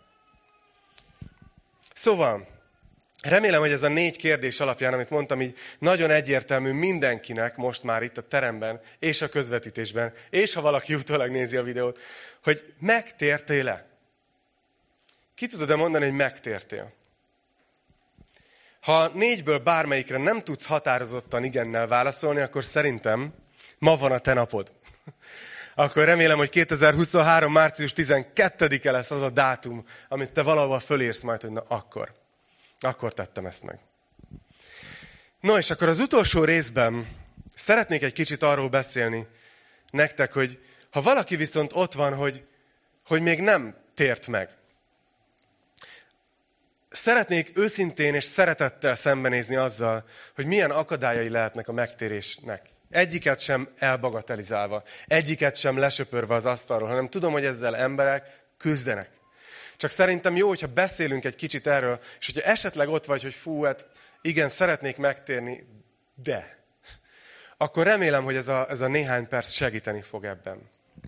Szóval, remélem, hogy ez a négy kérdés alapján, amit mondtam, így nagyon egyértelmű mindenkinek most már itt a teremben, és a közvetítésben, és ha valaki utólag nézi a videót, hogy megtértél-e? Ki tudod-e mondani, hogy megtértél? Ha négyből bármelyikre nem tudsz határozottan igennel válaszolni, akkor szerintem ma van a te napod. Akkor remélem, hogy kétezer-huszonhárom. március tizenkettedike lesz az a dátum, amit te valahol fölírsz majd, hogy na akkor. Akkor tettem ezt meg. No, és akkor az utolsó részben szeretnék egy kicsit arról beszélni nektek, hogy ha valaki viszont ott van, hogy, hogy még nem tért meg. Szeretnék őszintén és szeretettel szembenézni azzal, hogy milyen akadályai lehetnek a megtérésnek. Egyiket sem elbagatelizálva, egyiket sem lesöpörve az asztalról, hanem tudom, hogy ezzel emberek küzdenek. Csak szerintem jó, hogyha beszélünk egy kicsit erről, és hogyha esetleg ott vagy, hogy fú, hát igen, szeretnék megtérni, de. Akkor remélem, hogy ez a, ez a néhány perc segíteni fog ebben.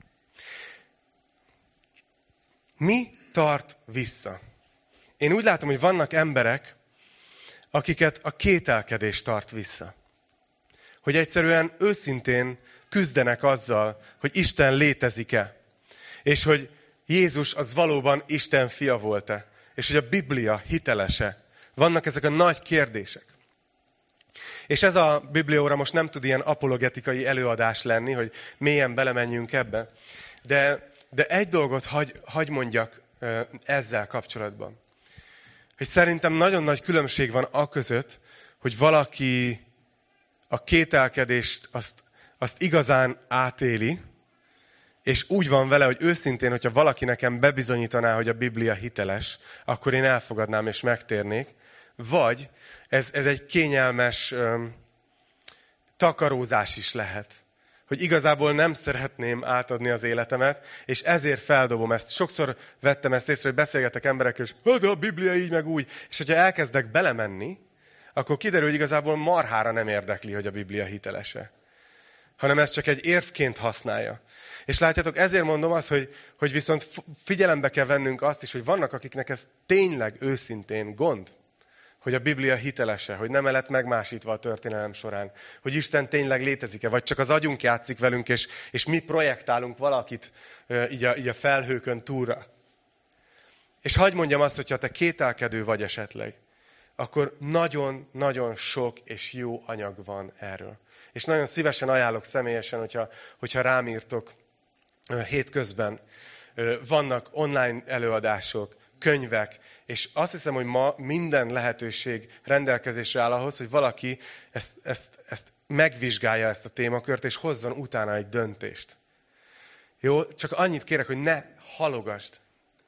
Mi tart vissza? Én úgy látom, hogy vannak emberek, akiket a kételkedés tart vissza. Hogy egyszerűen őszintén küzdenek azzal, hogy Isten létezik-e. És hogy Jézus az valóban Isten fia volt-e. És hogy a Biblia hitelese. Vannak ezek a nagy kérdések. És ez a Bibliaóra most nem tud ilyen apologetikai előadás lenni, hogy mélyen belemenjünk ebbe. De, de egy dolgot hagy, hagy mondjak ezzel kapcsolatban. Hogy szerintem nagyon nagy különbség van aközött, hogy valaki a kételkedést azt, azt igazán átéli, és úgy van vele, hogy őszintén, hogyha valaki nekem bebizonyítaná, hogy a Biblia hiteles, akkor én elfogadnám és megtérnék. Vagy ez, ez egy kényelmes öm, takarózás is lehet. Hogy igazából nem szeretném átadni az életemet, és ezért feldobom ezt. Sokszor vettem ezt észre, hogy beszélgetek emberekkel, és de a Biblia így meg úgy. És hogyha elkezdek belemenni, akkor kiderül, hogy igazából marhára nem érdekli, hogy a Biblia hitelese. Hanem ez csak egy érvként használja. És látjátok, ezért mondom azt, hogy, hogy viszont figyelembe kell vennünk azt is, hogy vannak, akiknek ez tényleg őszintén gond, hogy a Biblia hitelese, hogy nem lett megmásítva a történelem során, hogy Isten tényleg létezik-e, vagy csak az agyunk játszik velünk, és, és mi projektálunk valakit így a, így a felhőkön túlra. És hadd mondjam azt, hogyha te kételkedő vagy esetleg, akkor nagyon-nagyon sok és jó anyag van erről. És nagyon szívesen ajánlok személyesen, hogyha, hogyha rám írtok hétközben. Vannak online előadások, könyvek, és azt hiszem, hogy ma minden lehetőség rendelkezésre áll ahhoz, hogy valaki ezt, ezt, ezt megvizsgálja ezt a témakört, és hozzon utána egy döntést. Jó? Csak annyit kérek, hogy ne halogasd.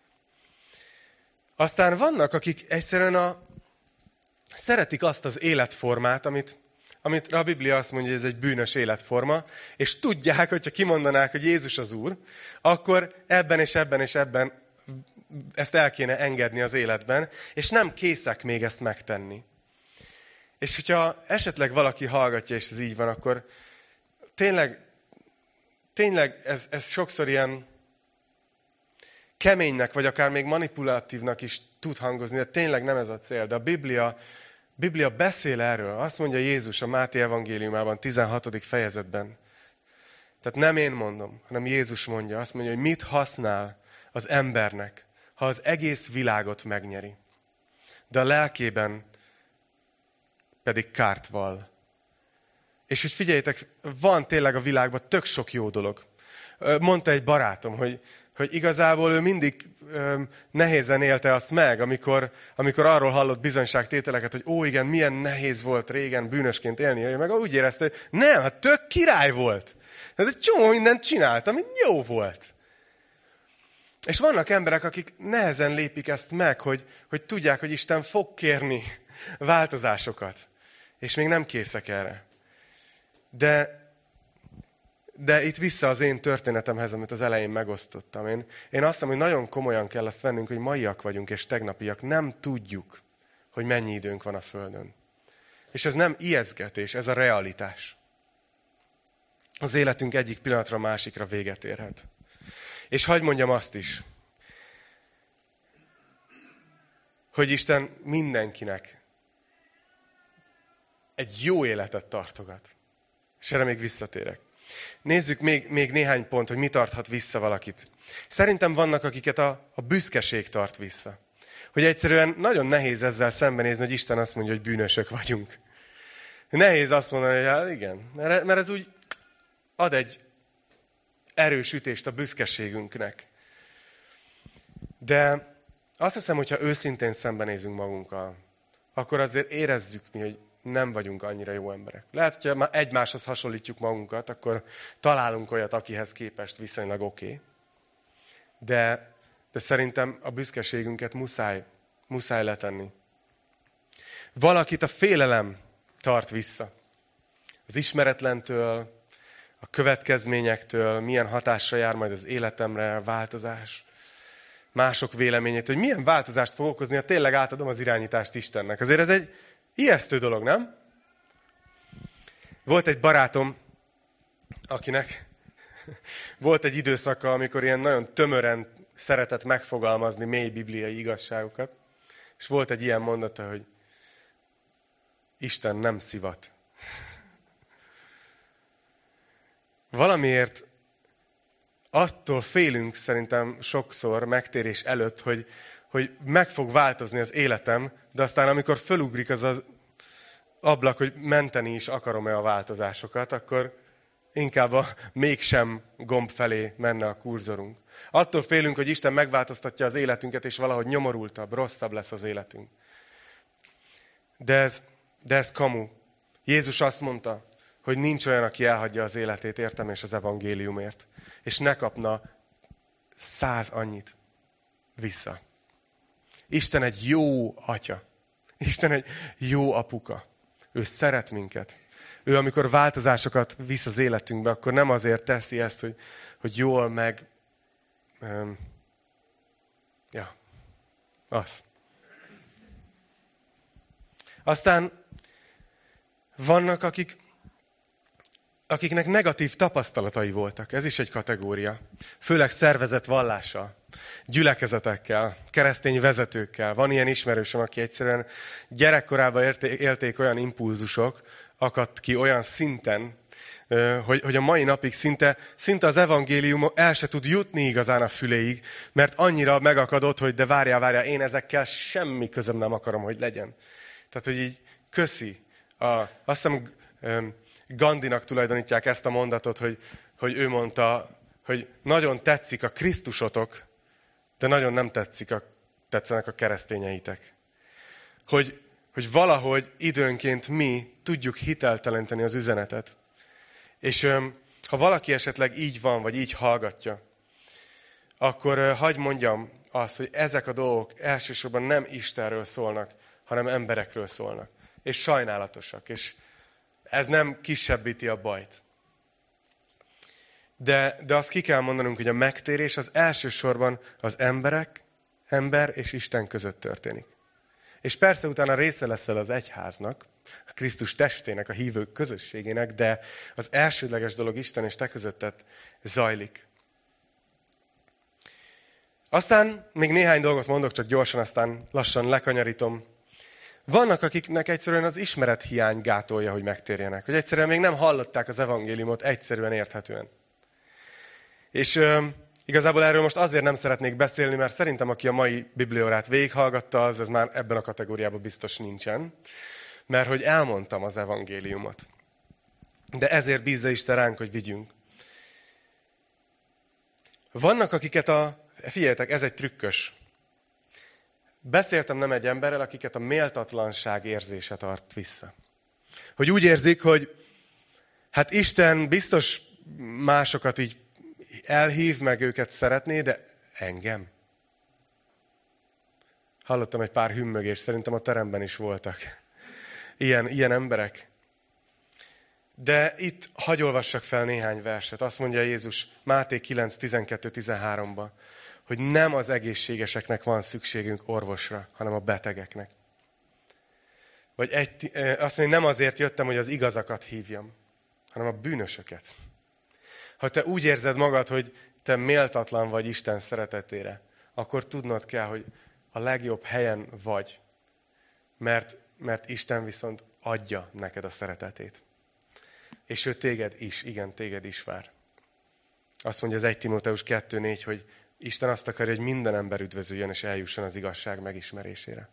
Aztán vannak, akik egyszerűen a, szeretik azt az életformát, amit, amit a Biblia azt mondja, hogy ez egy bűnös életforma, és tudják, hogyha kimondanák, hogy Jézus az Úr, akkor ebben és ebben és ebben ezt el kéne engedni az életben, és nem készek még ezt megtenni. És hogyha esetleg valaki hallgatja, és ez így van, akkor tényleg, tényleg ez, ez sokszor ilyen keménynek, vagy akár még manipulatívnak is tud hangozni, de tényleg nem ez a cél. De a Biblia, Biblia beszél erről. Azt mondja Jézus a Máté evangéliumában, tizenhatodik fejezetben. Tehát nem én mondom, hanem Jézus mondja. Azt mondja, hogy mit használ az embernek, ha az egész világot megnyeri. De a lelkében pedig kárt vall. És hogy figyeljétek, van tényleg a világban tök sok jó dolog. Mondta egy barátom, hogy, hogy igazából ő mindig öm, nehézen élte azt meg, amikor, amikor arról hallott bizonyságtételeket, hogy ó, igen, milyen nehéz volt régen bűnösként élni. Ő meg úgy érezte, hogy nem, hát tök király volt. Tehát egy csomó mindent csinált, ami jó volt. És vannak emberek, akik nehezen lépik ezt meg, hogy, hogy tudják, hogy Isten fog kérni változásokat. És még nem készek erre. De, de itt vissza az én történetemhez, amit az elején megosztottam. Én, én azt hiszem, hogy nagyon komolyan kell azt vennünk, hogy maiak vagyunk és tegnapiak. Nem tudjuk, hogy mennyi időnk van a Földön. És ez nem ijesztgetés, ez a realitás. Az életünk egyik pillanatra a másikra véget érhet. És hadd mondjam azt is, hogy Isten mindenkinek egy jó életet tartogat. És erre még visszatérek. Nézzük még, még néhány pont, hogy mi tarthat vissza valakit. Szerintem vannak, akiket a, a büszkeség tart vissza. Hogy egyszerűen nagyon nehéz ezzel szembenézni, hogy Isten azt mondja, hogy bűnösök vagyunk. Nehéz azt mondani, hogy hát igen, mert, mert ez úgy ad egy erős ütést a büszkeségünknek. De azt hiszem, hogyha őszintén szembenézünk magunkkal, akkor azért érezzük mi, hogy nem vagyunk annyira jó emberek. Lehet, hogyha már egymáshoz hasonlítjuk magunkat, akkor találunk olyat, akihez képest viszonylag oké. Okay. De, de szerintem a büszkeségünket muszáj, muszáj letenni. Valakit a félelem tart vissza. Az ismeretlentől, a következményektől, milyen hatásra jár majd az életemre, a változás, mások véleményét, hogy milyen változást fog okozni, ha tényleg átadom az irányítást Istennek. Azért ez egy ijesztő dolog, nem? Volt egy barátom, akinek volt egy időszaka, amikor ilyen nagyon tömören szeretett megfogalmazni mély bibliai igazságokat, és volt egy ilyen mondata, hogy Isten nem szivat. Valamiért attól félünk szerintem sokszor megtérés előtt, hogy, hogy meg fog változni az életem, de aztán amikor fölugrik az az ablak, hogy menteni is akarom-e a változásokat, akkor inkább a mégsem gomb felé menne a kurzorunk. Attól félünk, hogy Isten megváltoztatja az életünket, és valahogy nyomorultabb, rosszabb lesz az életünk. De ez, de ez kamu. Jézus azt mondta, hogy nincs olyan, aki elhagyja az életét értem és az evangéliumért, és ne kapna száz annyit vissza. Isten egy jó atya. Isten egy jó apuka. Ő szeret minket. Ő, amikor változásokat visz az életünkbe, akkor nem azért teszi ezt, hogy, hogy jól meg... Um, ja, az. Aztán vannak, akik, akiknek negatív tapasztalatai voltak. Ez is egy kategória. Főleg szervezett vallással, gyülekezetekkel, keresztény vezetőkkel. Van ilyen ismerősöm, aki egyszerűen gyerekkorában élték olyan impulzusok, akadt ki olyan szinten, hogy, hogy a mai napig szinte, szinte az evangélium el se tud jutni igazán a füléig, mert annyira megakadott, hogy de várjál, várjál, én ezekkel semmi közöm nem akarom, hogy legyen. Tehát, hogy így köszi. A, azt hiszem, Gandinak tulajdonítják ezt a mondatot, hogy, hogy ő mondta, hogy nagyon tetszik a Krisztusotok, de nagyon nem tetszik a tetszenek a keresztényeitek. Hogy, hogy valahogy időnként mi tudjuk hitelteleníteni az üzenetet. És ha valaki esetleg így van, vagy így hallgatja, akkor hadd mondjam azt, hogy ezek a dolgok elsősorban nem Istenről szólnak, hanem emberekről szólnak. És sajnálatosak. És ez nem kisebbíti a bajt. De, de azt ki kell mondanunk, hogy a megtérés az elsősorban az emberek, ember és Isten között történik. És persze utána része leszel az egyháznak, a Krisztus testének, a hívők közösségének, de az elsődleges dolog Isten és te közötted zajlik. Aztán még néhány dolgot mondok, csak gyorsan, aztán lassan lekanyarítom. Vannak, akiknek egyszerűen az ismerethiány gátolja, hogy megtérjenek. Hogy egyszerűen még nem hallották az evangéliumot egyszerűen érthetően. És ö, igazából erről most azért nem szeretnék beszélni, mert szerintem aki a mai bibliórát végighallgatta, az ez már ebben a kategóriában biztos nincsen. Mert hogy elmondtam az evangéliumot. De ezért bízza Isten ránk, hogy vigyünk. Vannak, akiket a... Figyeljetek, ez egy trükkös. Beszéltem nem egy emberrel, akiket a méltatlanság érzése tart vissza. Hogy úgy érzik, hogy hát Isten biztos másokat így elhív, meg őket szeretné, de engem. Hallottam egy pár hümmögést, szerintem a teremben is voltak ilyen, ilyen emberek. De itt hadd olvassak fel néhány verset. Azt mondja Jézus Máté kilenc tizenkettő tizenháromban, hogy nem az egészségeseknek van szükségünk orvosra, hanem a betegeknek. Vagy egy, azt mondja, nem azért jöttem, hogy az igazakat hívjam, hanem a bűnösöket. Ha te úgy érzed magad, hogy te méltatlan vagy Isten szeretetére, akkor tudnod kell, hogy a legjobb helyen vagy, mert, mert Isten viszont adja neked a szeretetét. És ő téged is, igen, téged is vár. Azt mondja az egy Timóteus kettő négy, hogy Isten azt akarja, hogy minden ember üdvözüljön, és eljusson az igazság megismerésére.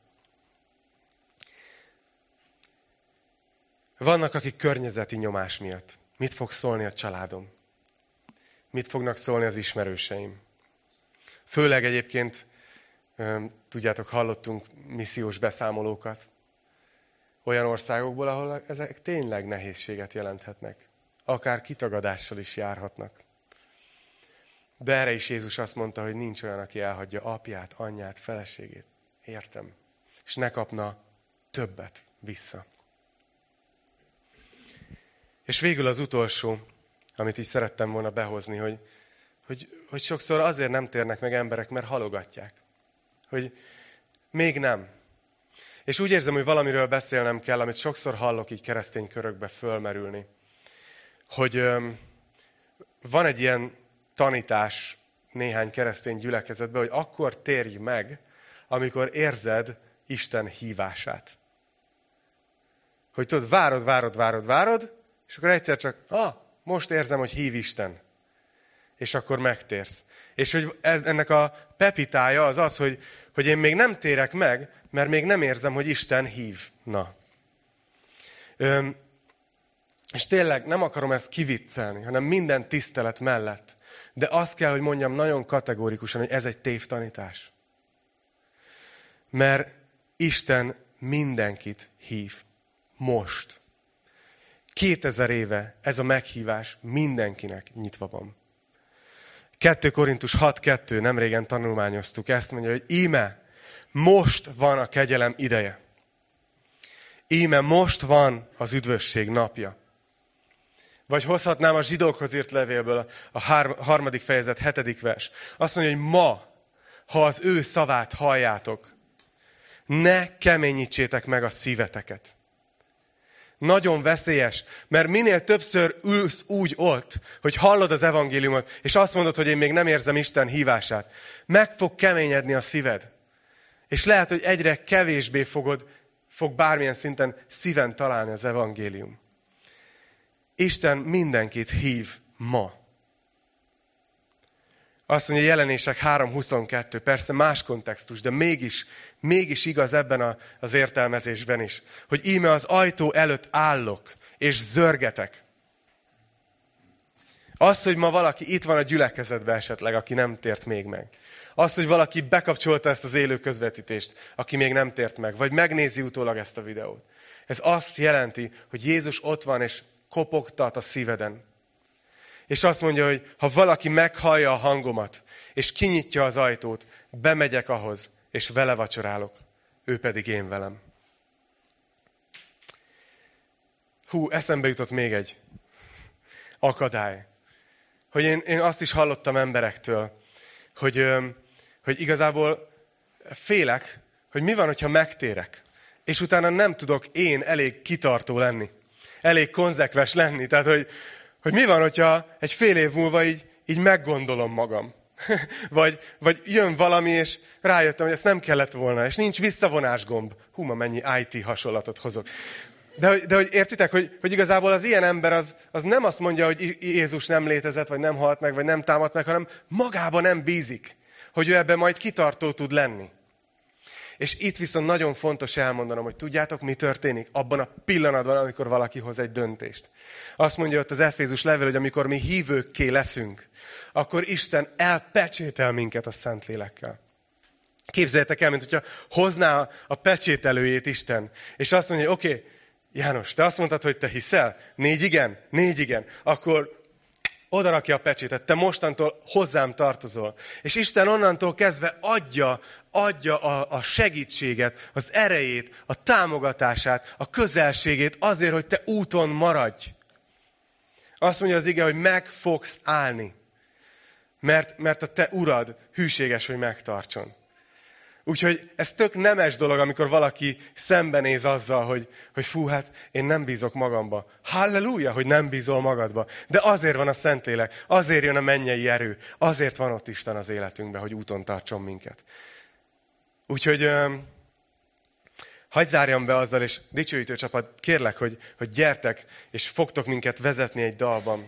Vannak, akik környezeti nyomás miatt. Mit fog szólni a családom? Mit fognak szólni az ismerőseim? Főleg egyébként, tudjátok, hallottunk missziós beszámolókat olyan országokból, ahol ezek tényleg nehézséget jelenthetnek. Akár kitagadással is járhatnak. De erre is Jézus azt mondta, hogy nincs olyan, aki elhagyja apját, anyját, feleségét. Értem. És ne kapna többet vissza. És végül az utolsó, amit így szerettem volna behozni, hogy, hogy, hogy sokszor azért nem térnek meg emberek, mert halogatják. Hogy még nem. És úgy érzem, hogy valamiről beszélnem kell, amit sokszor hallok így keresztény körökbe fölmerülni. Hogy öm, van egy ilyen tanítás néhány keresztény gyülekezetben, hogy akkor térj meg, amikor érzed Isten hívását. Hogy tudod, várod, várod, várod, várod, és akkor egyszer csak, ah, most érzem, hogy hív Isten. És akkor megtérsz. És hogy ez, ennek a pepitája az az, hogy, hogy én még nem térek meg, mert még nem érzem, hogy Isten hív. Na. Öm, és tényleg nem akarom ezt kiviccelni, hanem minden tisztelet mellett. De azt kell, hogy mondjam nagyon kategórikusan, hogy ez egy tévtanítás. Mert Isten mindenkit hív. Most. Kétezer éve ez a meghívás mindenkinek nyitva van. kettő Korintus hat kettő, nemrégen tanulmányoztuk, ezt mondja, hogy íme, most van a kegyelem ideje. Íme, most van az üdvösség napja. Vagy hozhatnám a zsidókhoz írt levélből a harmadik fejezet hetedik vers. Azt mondja, hogy ma, ha az ő szavát halljátok, ne keményítsétek meg a szíveteket. Nagyon veszélyes, mert minél többször ülsz úgy ott, hogy hallod az evangéliumot, és azt mondod, hogy én még nem érzem Isten hívását, meg fog keményedni a szíved. És lehet, hogy egyre kevésbé fogod, fog bármilyen szinten szíven találni az evangélium. Isten mindenkit hív ma. Azt mondja, Jelenések három huszonkettő, persze más kontextus, de mégis, mégis igaz ebben a, az értelmezésben is, hogy íme az ajtó előtt állok, és zörgetek. Az, hogy ma valaki itt van a gyülekezetben esetleg, aki nem tért még meg. Az, hogy valaki bekapcsolta ezt az élő közvetítést, aki még nem tért meg, vagy megnézi utólag ezt a videót. Ez azt jelenti, hogy Jézus ott van és kopogtat a szíveden. És azt mondja, hogy ha valaki meghallja a hangomat, és kinyitja az ajtót, bemegyek ahhoz, és vele vacsorálok, ő pedig én velem. Hú, eszembe jutott még egy akadály. Hogy én, én azt is hallottam emberektől, hogy, hogy igazából félek, hogy mi van, hogyha megtérek, és utána nem tudok én elég kitartó lenni, elég konzekvens lenni. Tehát, hogy, hogy mi van, hogyha egy fél év múlva így, így meggondolom magam. vagy, vagy jön valami, és rájöttem, hogy ezt nem kellett volna, és nincs visszavonás gomb. Hú, ma mennyi i té hasonlatot hozok. De, de hogy értitek, hogy, hogy igazából az ilyen ember az, az nem azt mondja, hogy Jézus nem létezett, vagy nem halt meg, vagy nem támadt meg, hanem magában nem bízik, hogy ő ebben majd kitartó tud lenni. És itt viszont nagyon fontos elmondanom, hogy tudjátok, mi történik abban a pillanatban, amikor valaki hoz egy döntést. Azt mondja ott az Efézus levél, hogy amikor mi hívőkké leszünk, akkor Isten elpecsétel minket a Szentlélekkel. Képzeljétek el, mint hogyha hozná a pecsételőjét Isten, és azt mondja, hogy oké, okay, János, te azt mondtad, hogy te hiszel? Négy igen? Négy igen. Akkor oda rakja a pecsétet, te mostantól hozzám tartozol. És Isten onnantól kezdve adja, adja a, a segítséget, az erejét, a támogatását, a közelségét azért, hogy te úton maradj. Azt mondja az ige, hogy meg fogsz állni. Mert, mert a te urad hűséges, hogy megtartson. Úgyhogy ez tök nemes dolog, amikor valaki szembenéz azzal, hogy, hogy fú, hát én nem bízok magamba. Halleluja, hogy nem bízol magadba. De azért van a Szentlélek, azért jön a mennyei erő, azért van ott Isten az életünkben, hogy úton tartson minket. Úgyhogy um, hadd zárjam be azzal, és dicsőítő csapat, kérlek, hogy, hogy gyertek, és fogtok minket vezetni egy dalban.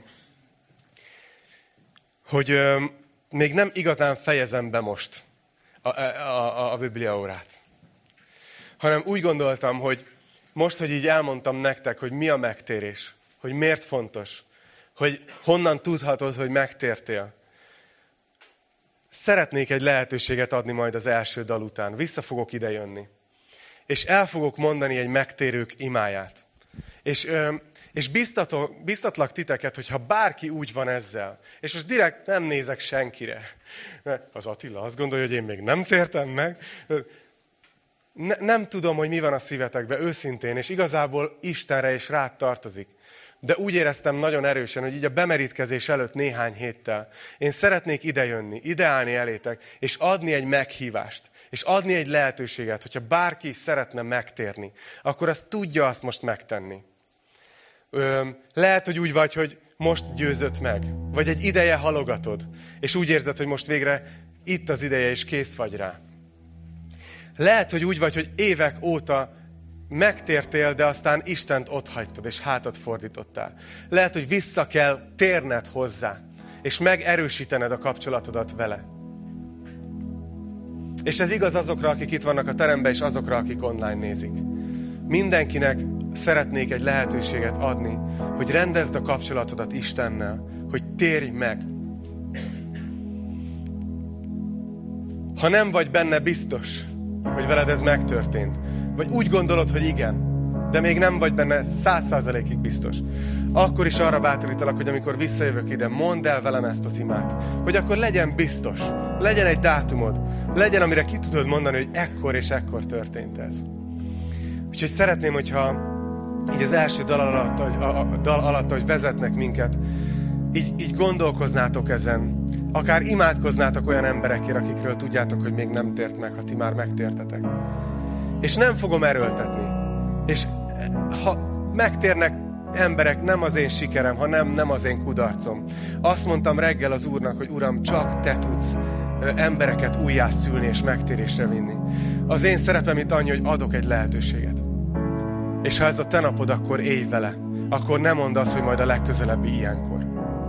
Hogy um, még nem igazán fejezem be most A, a, a Bibliaórát. Hanem úgy gondoltam, hogy most, hogy így elmondtam nektek, hogy mi a megtérés, hogy miért fontos, hogy honnan tudhatod, hogy megtértél. Szeretnék egy lehetőséget adni majd az első dal után. Vissza fogok ide jönni. És el fogok mondani egy megtérők imáját. És, és biztatok, biztatlak titeket, hogyha bárki úgy van ezzel, és most direkt nem nézek senkire, mert az Attila azt gondolja, hogy én még nem tértem meg, ne, nem tudom, hogy mi van a szívetekben, őszintén, és igazából Istenre és rád tartozik. De úgy éreztem nagyon erősen, hogy így a bemerítkezés előtt néhány héttel én szeretnék idejönni, ideálni elétek, és adni egy meghívást, és adni egy lehetőséget, hogyha bárki szeretne megtérni, akkor azt tudja azt most megtenni. Ö, lehet, hogy úgy vagy, hogy most győzött meg, vagy egy ideje halogatod, és úgy érzed, hogy most végre itt az ideje, és kész vagy rá. Lehet, hogy úgy vagy, hogy évek óta megtértél, de aztán Istent otthagytad, és hátat fordítottál. Lehet, hogy vissza kell térned hozzá, és megerősítened a kapcsolatodat vele. És ez igaz azokra, akik itt vannak a teremben, és azokra, akik online nézik. Mindenkinek szeretnék egy lehetőséget adni, hogy rendezd a kapcsolatodat Istennel, hogy térj meg. Ha nem vagy benne biztos, hogy veled ez megtörtént, vagy úgy gondolod, hogy igen, de még nem vagy benne száz százalékig biztos, akkor is arra bátorítalak, hogy amikor visszajövök ide, mondd el velem ezt az imát, hogy akkor legyen biztos, legyen egy dátumod, legyen, amire ki tudod mondani, hogy ekkor és ekkor történt ez. Úgyhogy szeretném, hogyha így az első dal alatt, a, a dal alatt, hogy vezetnek minket, így, így gondolkoznátok ezen, akár imádkoznátok olyan emberekért, akikről tudjátok, hogy még nem tért meg, ha ti már megtértetek. És nem fogom erőltetni. És ha megtérnek emberek, nem az én sikerem, hanem nem az én kudarcom. Azt mondtam reggel az Úrnak, hogy Uram, csak Te tudsz embereket újjászülni és megtérésre vinni. Az én szerepem itt annyi, hogy adok egy lehetőséget. És ha ez a te napod, akkor élj vele. Akkor nem mondd azt, hogy majd a legközelebbi ilyenkor.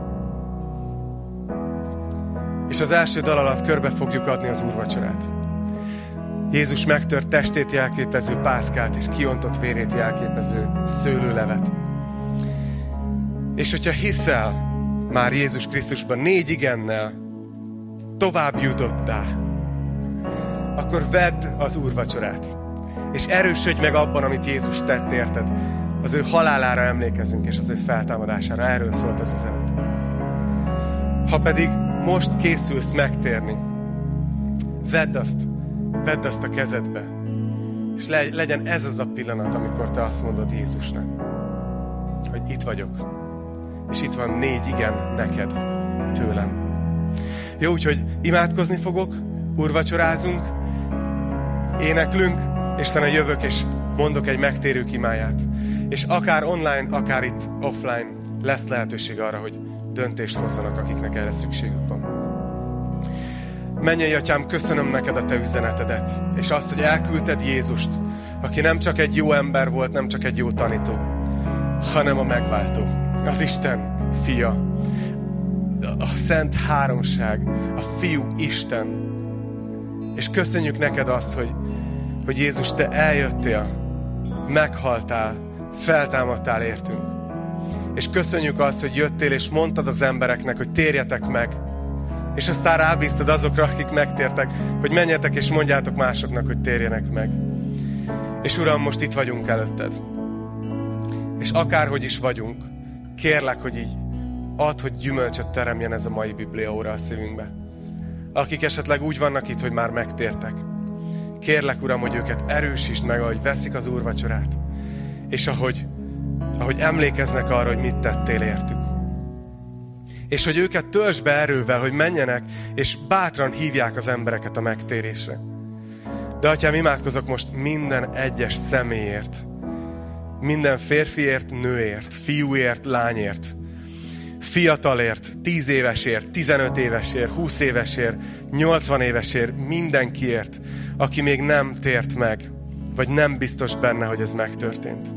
És az első dal alatt körbe fogjuk adni az úrvacsorát. Jézus megtört testét jelképező pászkát, és kiontott vérét jelképező szőlőlevet. És hogyha hiszel, már Jézus Krisztusban négy igennel tovább jutottál, akkor vedd az úrvacsorát, és erősödj meg abban, amit Jézus tett érted. Az ő halálára emlékezünk, és az ő feltámadására. Erről szólt az üzenet. Ha pedig most készülsz megtérni, vedd azt, vedd azt a kezedbe, és le, legyen ez az a pillanat, amikor te azt mondod Jézusnak, hogy itt vagyok, és itt van négy igen neked tőlem. Jó, úgyhogy imádkozni fogok, úrvacsorázunk, éneklünk, és utána jövök, és mondok egy megtérők imáját. És akár online, akár itt offline lesz lehetőség arra, hogy döntést hozzanak, akiknek erre szükségük van. Mennyei Atyám, köszönöm neked a te üzenetedet, és azt, hogy elküldted Jézust, aki nem csak egy jó ember volt, nem csak egy jó tanító, hanem a megváltó, az Isten fia, a Szent Háromság, a Fiú Isten. És köszönjük neked azt, hogy, hogy Jézus, te eljöttél, meghaltál, feltámadtál értünk. És köszönjük azt, hogy jöttél, és mondtad az embereknek, hogy térjetek meg. És aztán rábíztad azokra, akik megtértek, hogy menjetek és mondjátok másoknak, hogy térjenek meg. És Uram, most itt vagyunk előtted. És akárhogy is vagyunk, kérlek, hogy így add, hogy gyümölcsöt teremjen ez a mai Biblia óra a szívünkbe. Akik esetleg úgy vannak itt, hogy már megtértek. Kérlek, Uram, hogy őket erősítsd meg, ahogy veszik az úrvacsorát. És ahogy, ahogy emlékeznek arra, hogy mit tettél értük. És hogy őket töltsd be erővel, hogy menjenek, és bátran hívják az embereket a megtérésre. De Atyám, imádkozok most minden egyes személyért. Minden férfiért, nőért, fiúért, lányért. Fiatalért, tíz évesért, tizenöt évesért, húsz évesért, nyolcvan évesért, mindenkiért, aki még nem tért meg, vagy nem biztos benne, hogy ez megtörtént.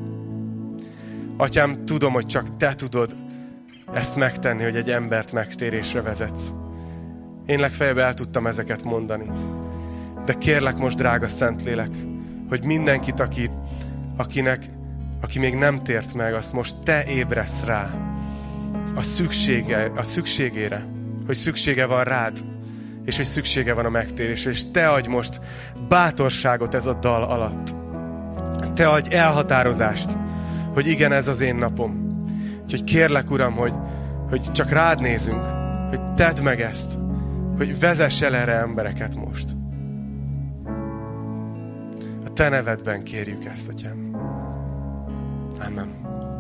Atyám, tudom, hogy csak te tudod ezt megtenni, hogy egy embert megtérésre vezetsz. Én legfeljebb el tudtam ezeket mondani. De kérlek most, drága Szentlélek, hogy mindenkit, aki, akinek, aki még nem tért meg, azt most te ébresz rá a, szüksége, a szükségére, hogy szüksége van rád, és hogy szüksége van a megtérésre, és te adj most bátorságot ez a dal alatt. Te adj elhatározást, hogy igen, ez az én napom. Úgyhogy kérlek, Uram, hogy, hogy csak rád nézünk, hogy tedd meg ezt, hogy vezess el erre embereket most. A te nevedben kérjük ezt, Atyám. Amen.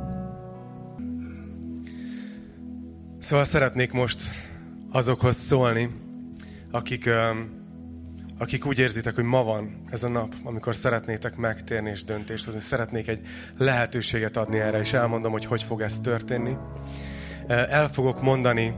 Szóval szeretnék most azokhoz szólni, akik, akik úgy érzitek, hogy ma van ez a nap, amikor szeretnétek megtérni és döntést hozni. Szeretnék egy lehetőséget adni erre, és elmondom, hogy hogy fog ez történni. El fogok mondani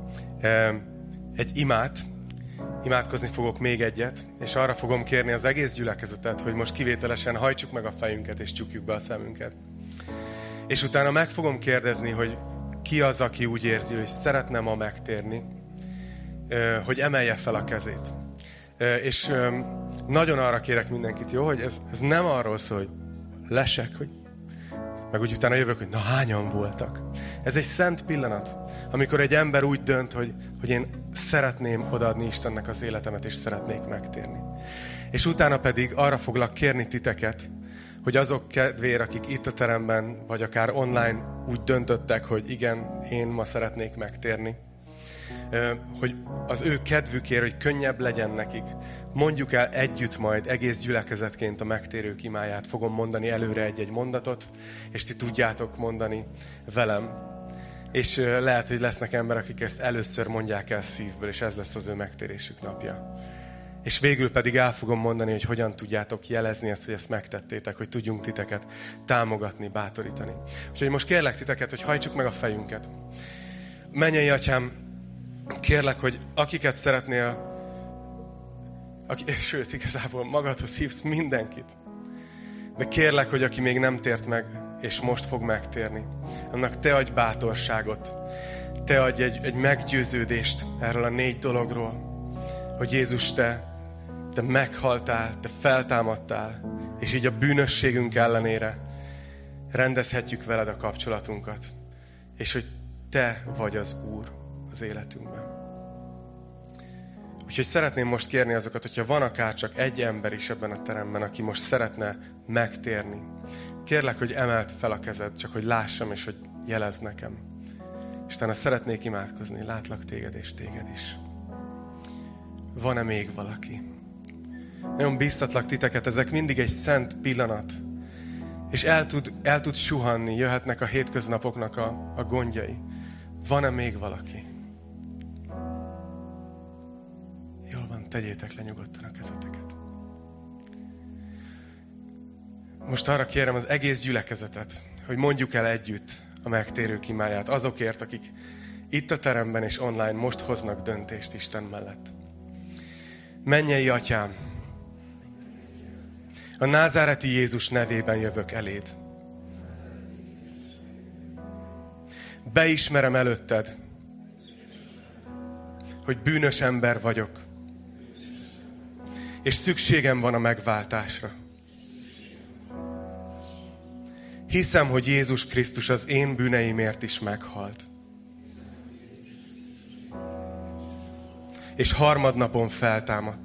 egy imát, imádkozni fogok még egyet, és arra fogom kérni az egész gyülekezetet, hogy most kivételesen hajtsuk meg a fejünket, és csukjuk be a szemünket. És utána meg fogom kérdezni, hogy ki az, aki úgy érzi, hogy szeretne ma megtérni, hogy emelje fel a kezét. És nagyon arra kérek mindenkit, jó, hogy ez, ez nem arról szól, hogy lesek, hogy meg úgy utána jövök, hogy na hányan voltak. Ez egy szent pillanat, amikor egy ember úgy dönt, hogy, hogy én szeretném odaadni Istennek az életemet, és szeretnék megtérni. És utána pedig arra foglak kérni titeket, hogy azok kedvére, akik itt a teremben, vagy akár online úgy döntöttek, hogy igen, én ma szeretnék megtérni, hogy az ő kedvükért, hogy könnyebb legyen nekik, mondjuk el együtt majd egész gyülekezetként a megtérők imáját. Fogom mondani előre egy-egy mondatot, és ti tudjátok mondani velem. És lehet, hogy lesznek emberek, akik ezt először mondják el szívből, és ez lesz az ő megtérésük napja. És végül pedig el fogom mondani, hogy hogyan tudjátok jelezni ezt, hogy ezt megtettétek, hogy tudjunk titeket támogatni, bátorítani. Úgyhogy most kérlek titeket, hogy hajtsuk meg a fejünket. Mennyei Atyám, kérlek, hogy akiket szeretnél, aki, sőt, igazából magadhoz hívsz mindenkit, de kérlek, hogy aki még nem tért meg, és most fog megtérni, annak te adj bátorságot, te adj egy, egy meggyőződést erről a négy dologról, hogy Jézus, te, te meghaltál, te feltámadtál, és így a bűnösségünk ellenére rendezhetjük veled a kapcsolatunkat, és hogy Te vagy az Úr az életünkben. Úgyhogy szeretném most kérni azokat, hogyha van akár csak egy ember is ebben a teremben, aki most szeretne megtérni. Kérlek, hogy emeld fel a kezed, csak hogy lássam, és hogy jelezd nekem. Istenem, szeretnék imádkozni, látlak téged és téged is. Van-e még valaki? Nagyon bíztatlak titeket, ezek mindig egy szent pillanat. És el tud, el tud suhanni, jöhetnek a hétköznapoknak a, a gondjai. Van-e még valaki? Jól van, tegyétek le nyugodtan a kezeteket. Most arra kérem az egész gyülekezetet, hogy mondjuk el együtt a megtérők imáját azokért, akik itt a teremben és online most hoznak döntést Isten mellett. Mennyei Atyám, a názáreti Jézus nevében jövök eléd. Beismerem előtted, hogy bűnös ember vagyok, és szükségem van a megváltásra. Hiszem, hogy Jézus Krisztus az én bűneimért is meghalt. És harmadnapon feltámadt.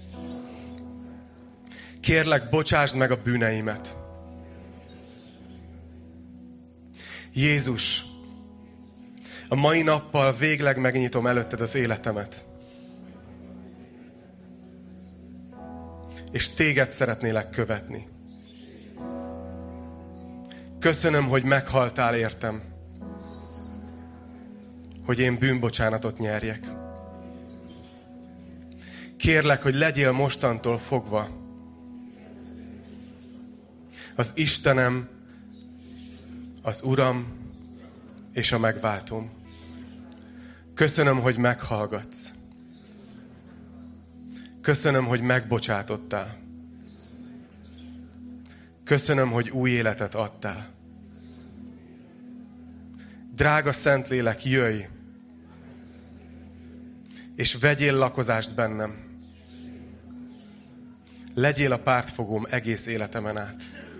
Kérlek, bocsásd meg a bűneimet. Jézus, a mai nappal végleg megnyitom előtted az életemet. És téged szeretnélek követni. Köszönöm, hogy meghaltál értem, hogy én bűnbocsánatot nyerjek. Kérlek, hogy legyél mostantól fogva az Istenem, az Uram és a megváltóm. Köszönöm, hogy meghallgatsz. Köszönöm, hogy megbocsátottál. Köszönöm, hogy új életet adtál. Drága Szentlélek, jöjj, és vegyél lakozást bennem. Legyél a pártfogóm egész életemen át.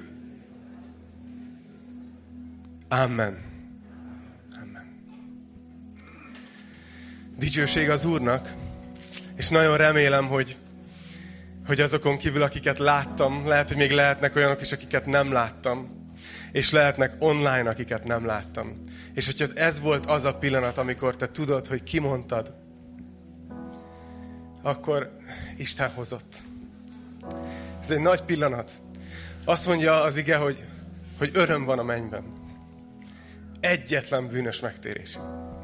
Amen. Amen. Dicsőség az Úrnak, és nagyon remélem, hogy, hogy azokon kívül, akiket láttam, lehet, hogy még lehetnek olyanok is, akiket nem láttam, és lehetnek online, akiket nem láttam. És hogyha ez volt az a pillanat, amikor te tudod, hogy kimondtad, akkor Isten hozott. Ez egy nagy pillanat. Azt mondja az ige, hogy, hogy öröm van a mennyben. Egyetlen bűnös megtérés.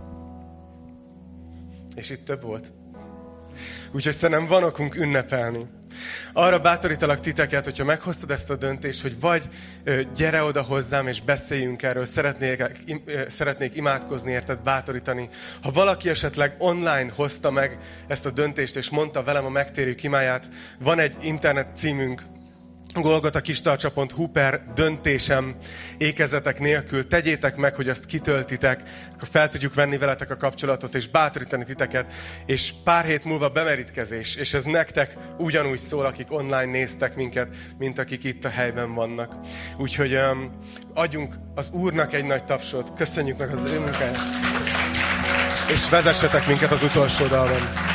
És itt több volt. Úgyhogy szerintem van okunk ünnepelni. Arra bátorítalak titeket, hogyha meghoztad ezt a döntést, hogy vagy gyere oda hozzám, és beszéljünk erről, szeretnék, szeretnék imádkozni érted, bátorítani. Ha valaki esetleg online hozta meg ezt a döntést, és mondta velem a megtérők imáját, van egy internet címünk, golgotakistarcsa pont hu per döntésem ékezetek nélkül. Tegyétek meg, hogy azt kitöltitek, akkor fel tudjuk venni veletek a kapcsolatot, és bátorítani titeket, és pár hét múlva bemerítkezés, és ez nektek ugyanúgy szól, akik online néztek minket, mint akik itt a helyben vannak. Úgyhogy um, adjunk az Úrnak egy nagy tapsot, köszönjük meg az ő munkáját, és vezessetek minket az utolsó dalban.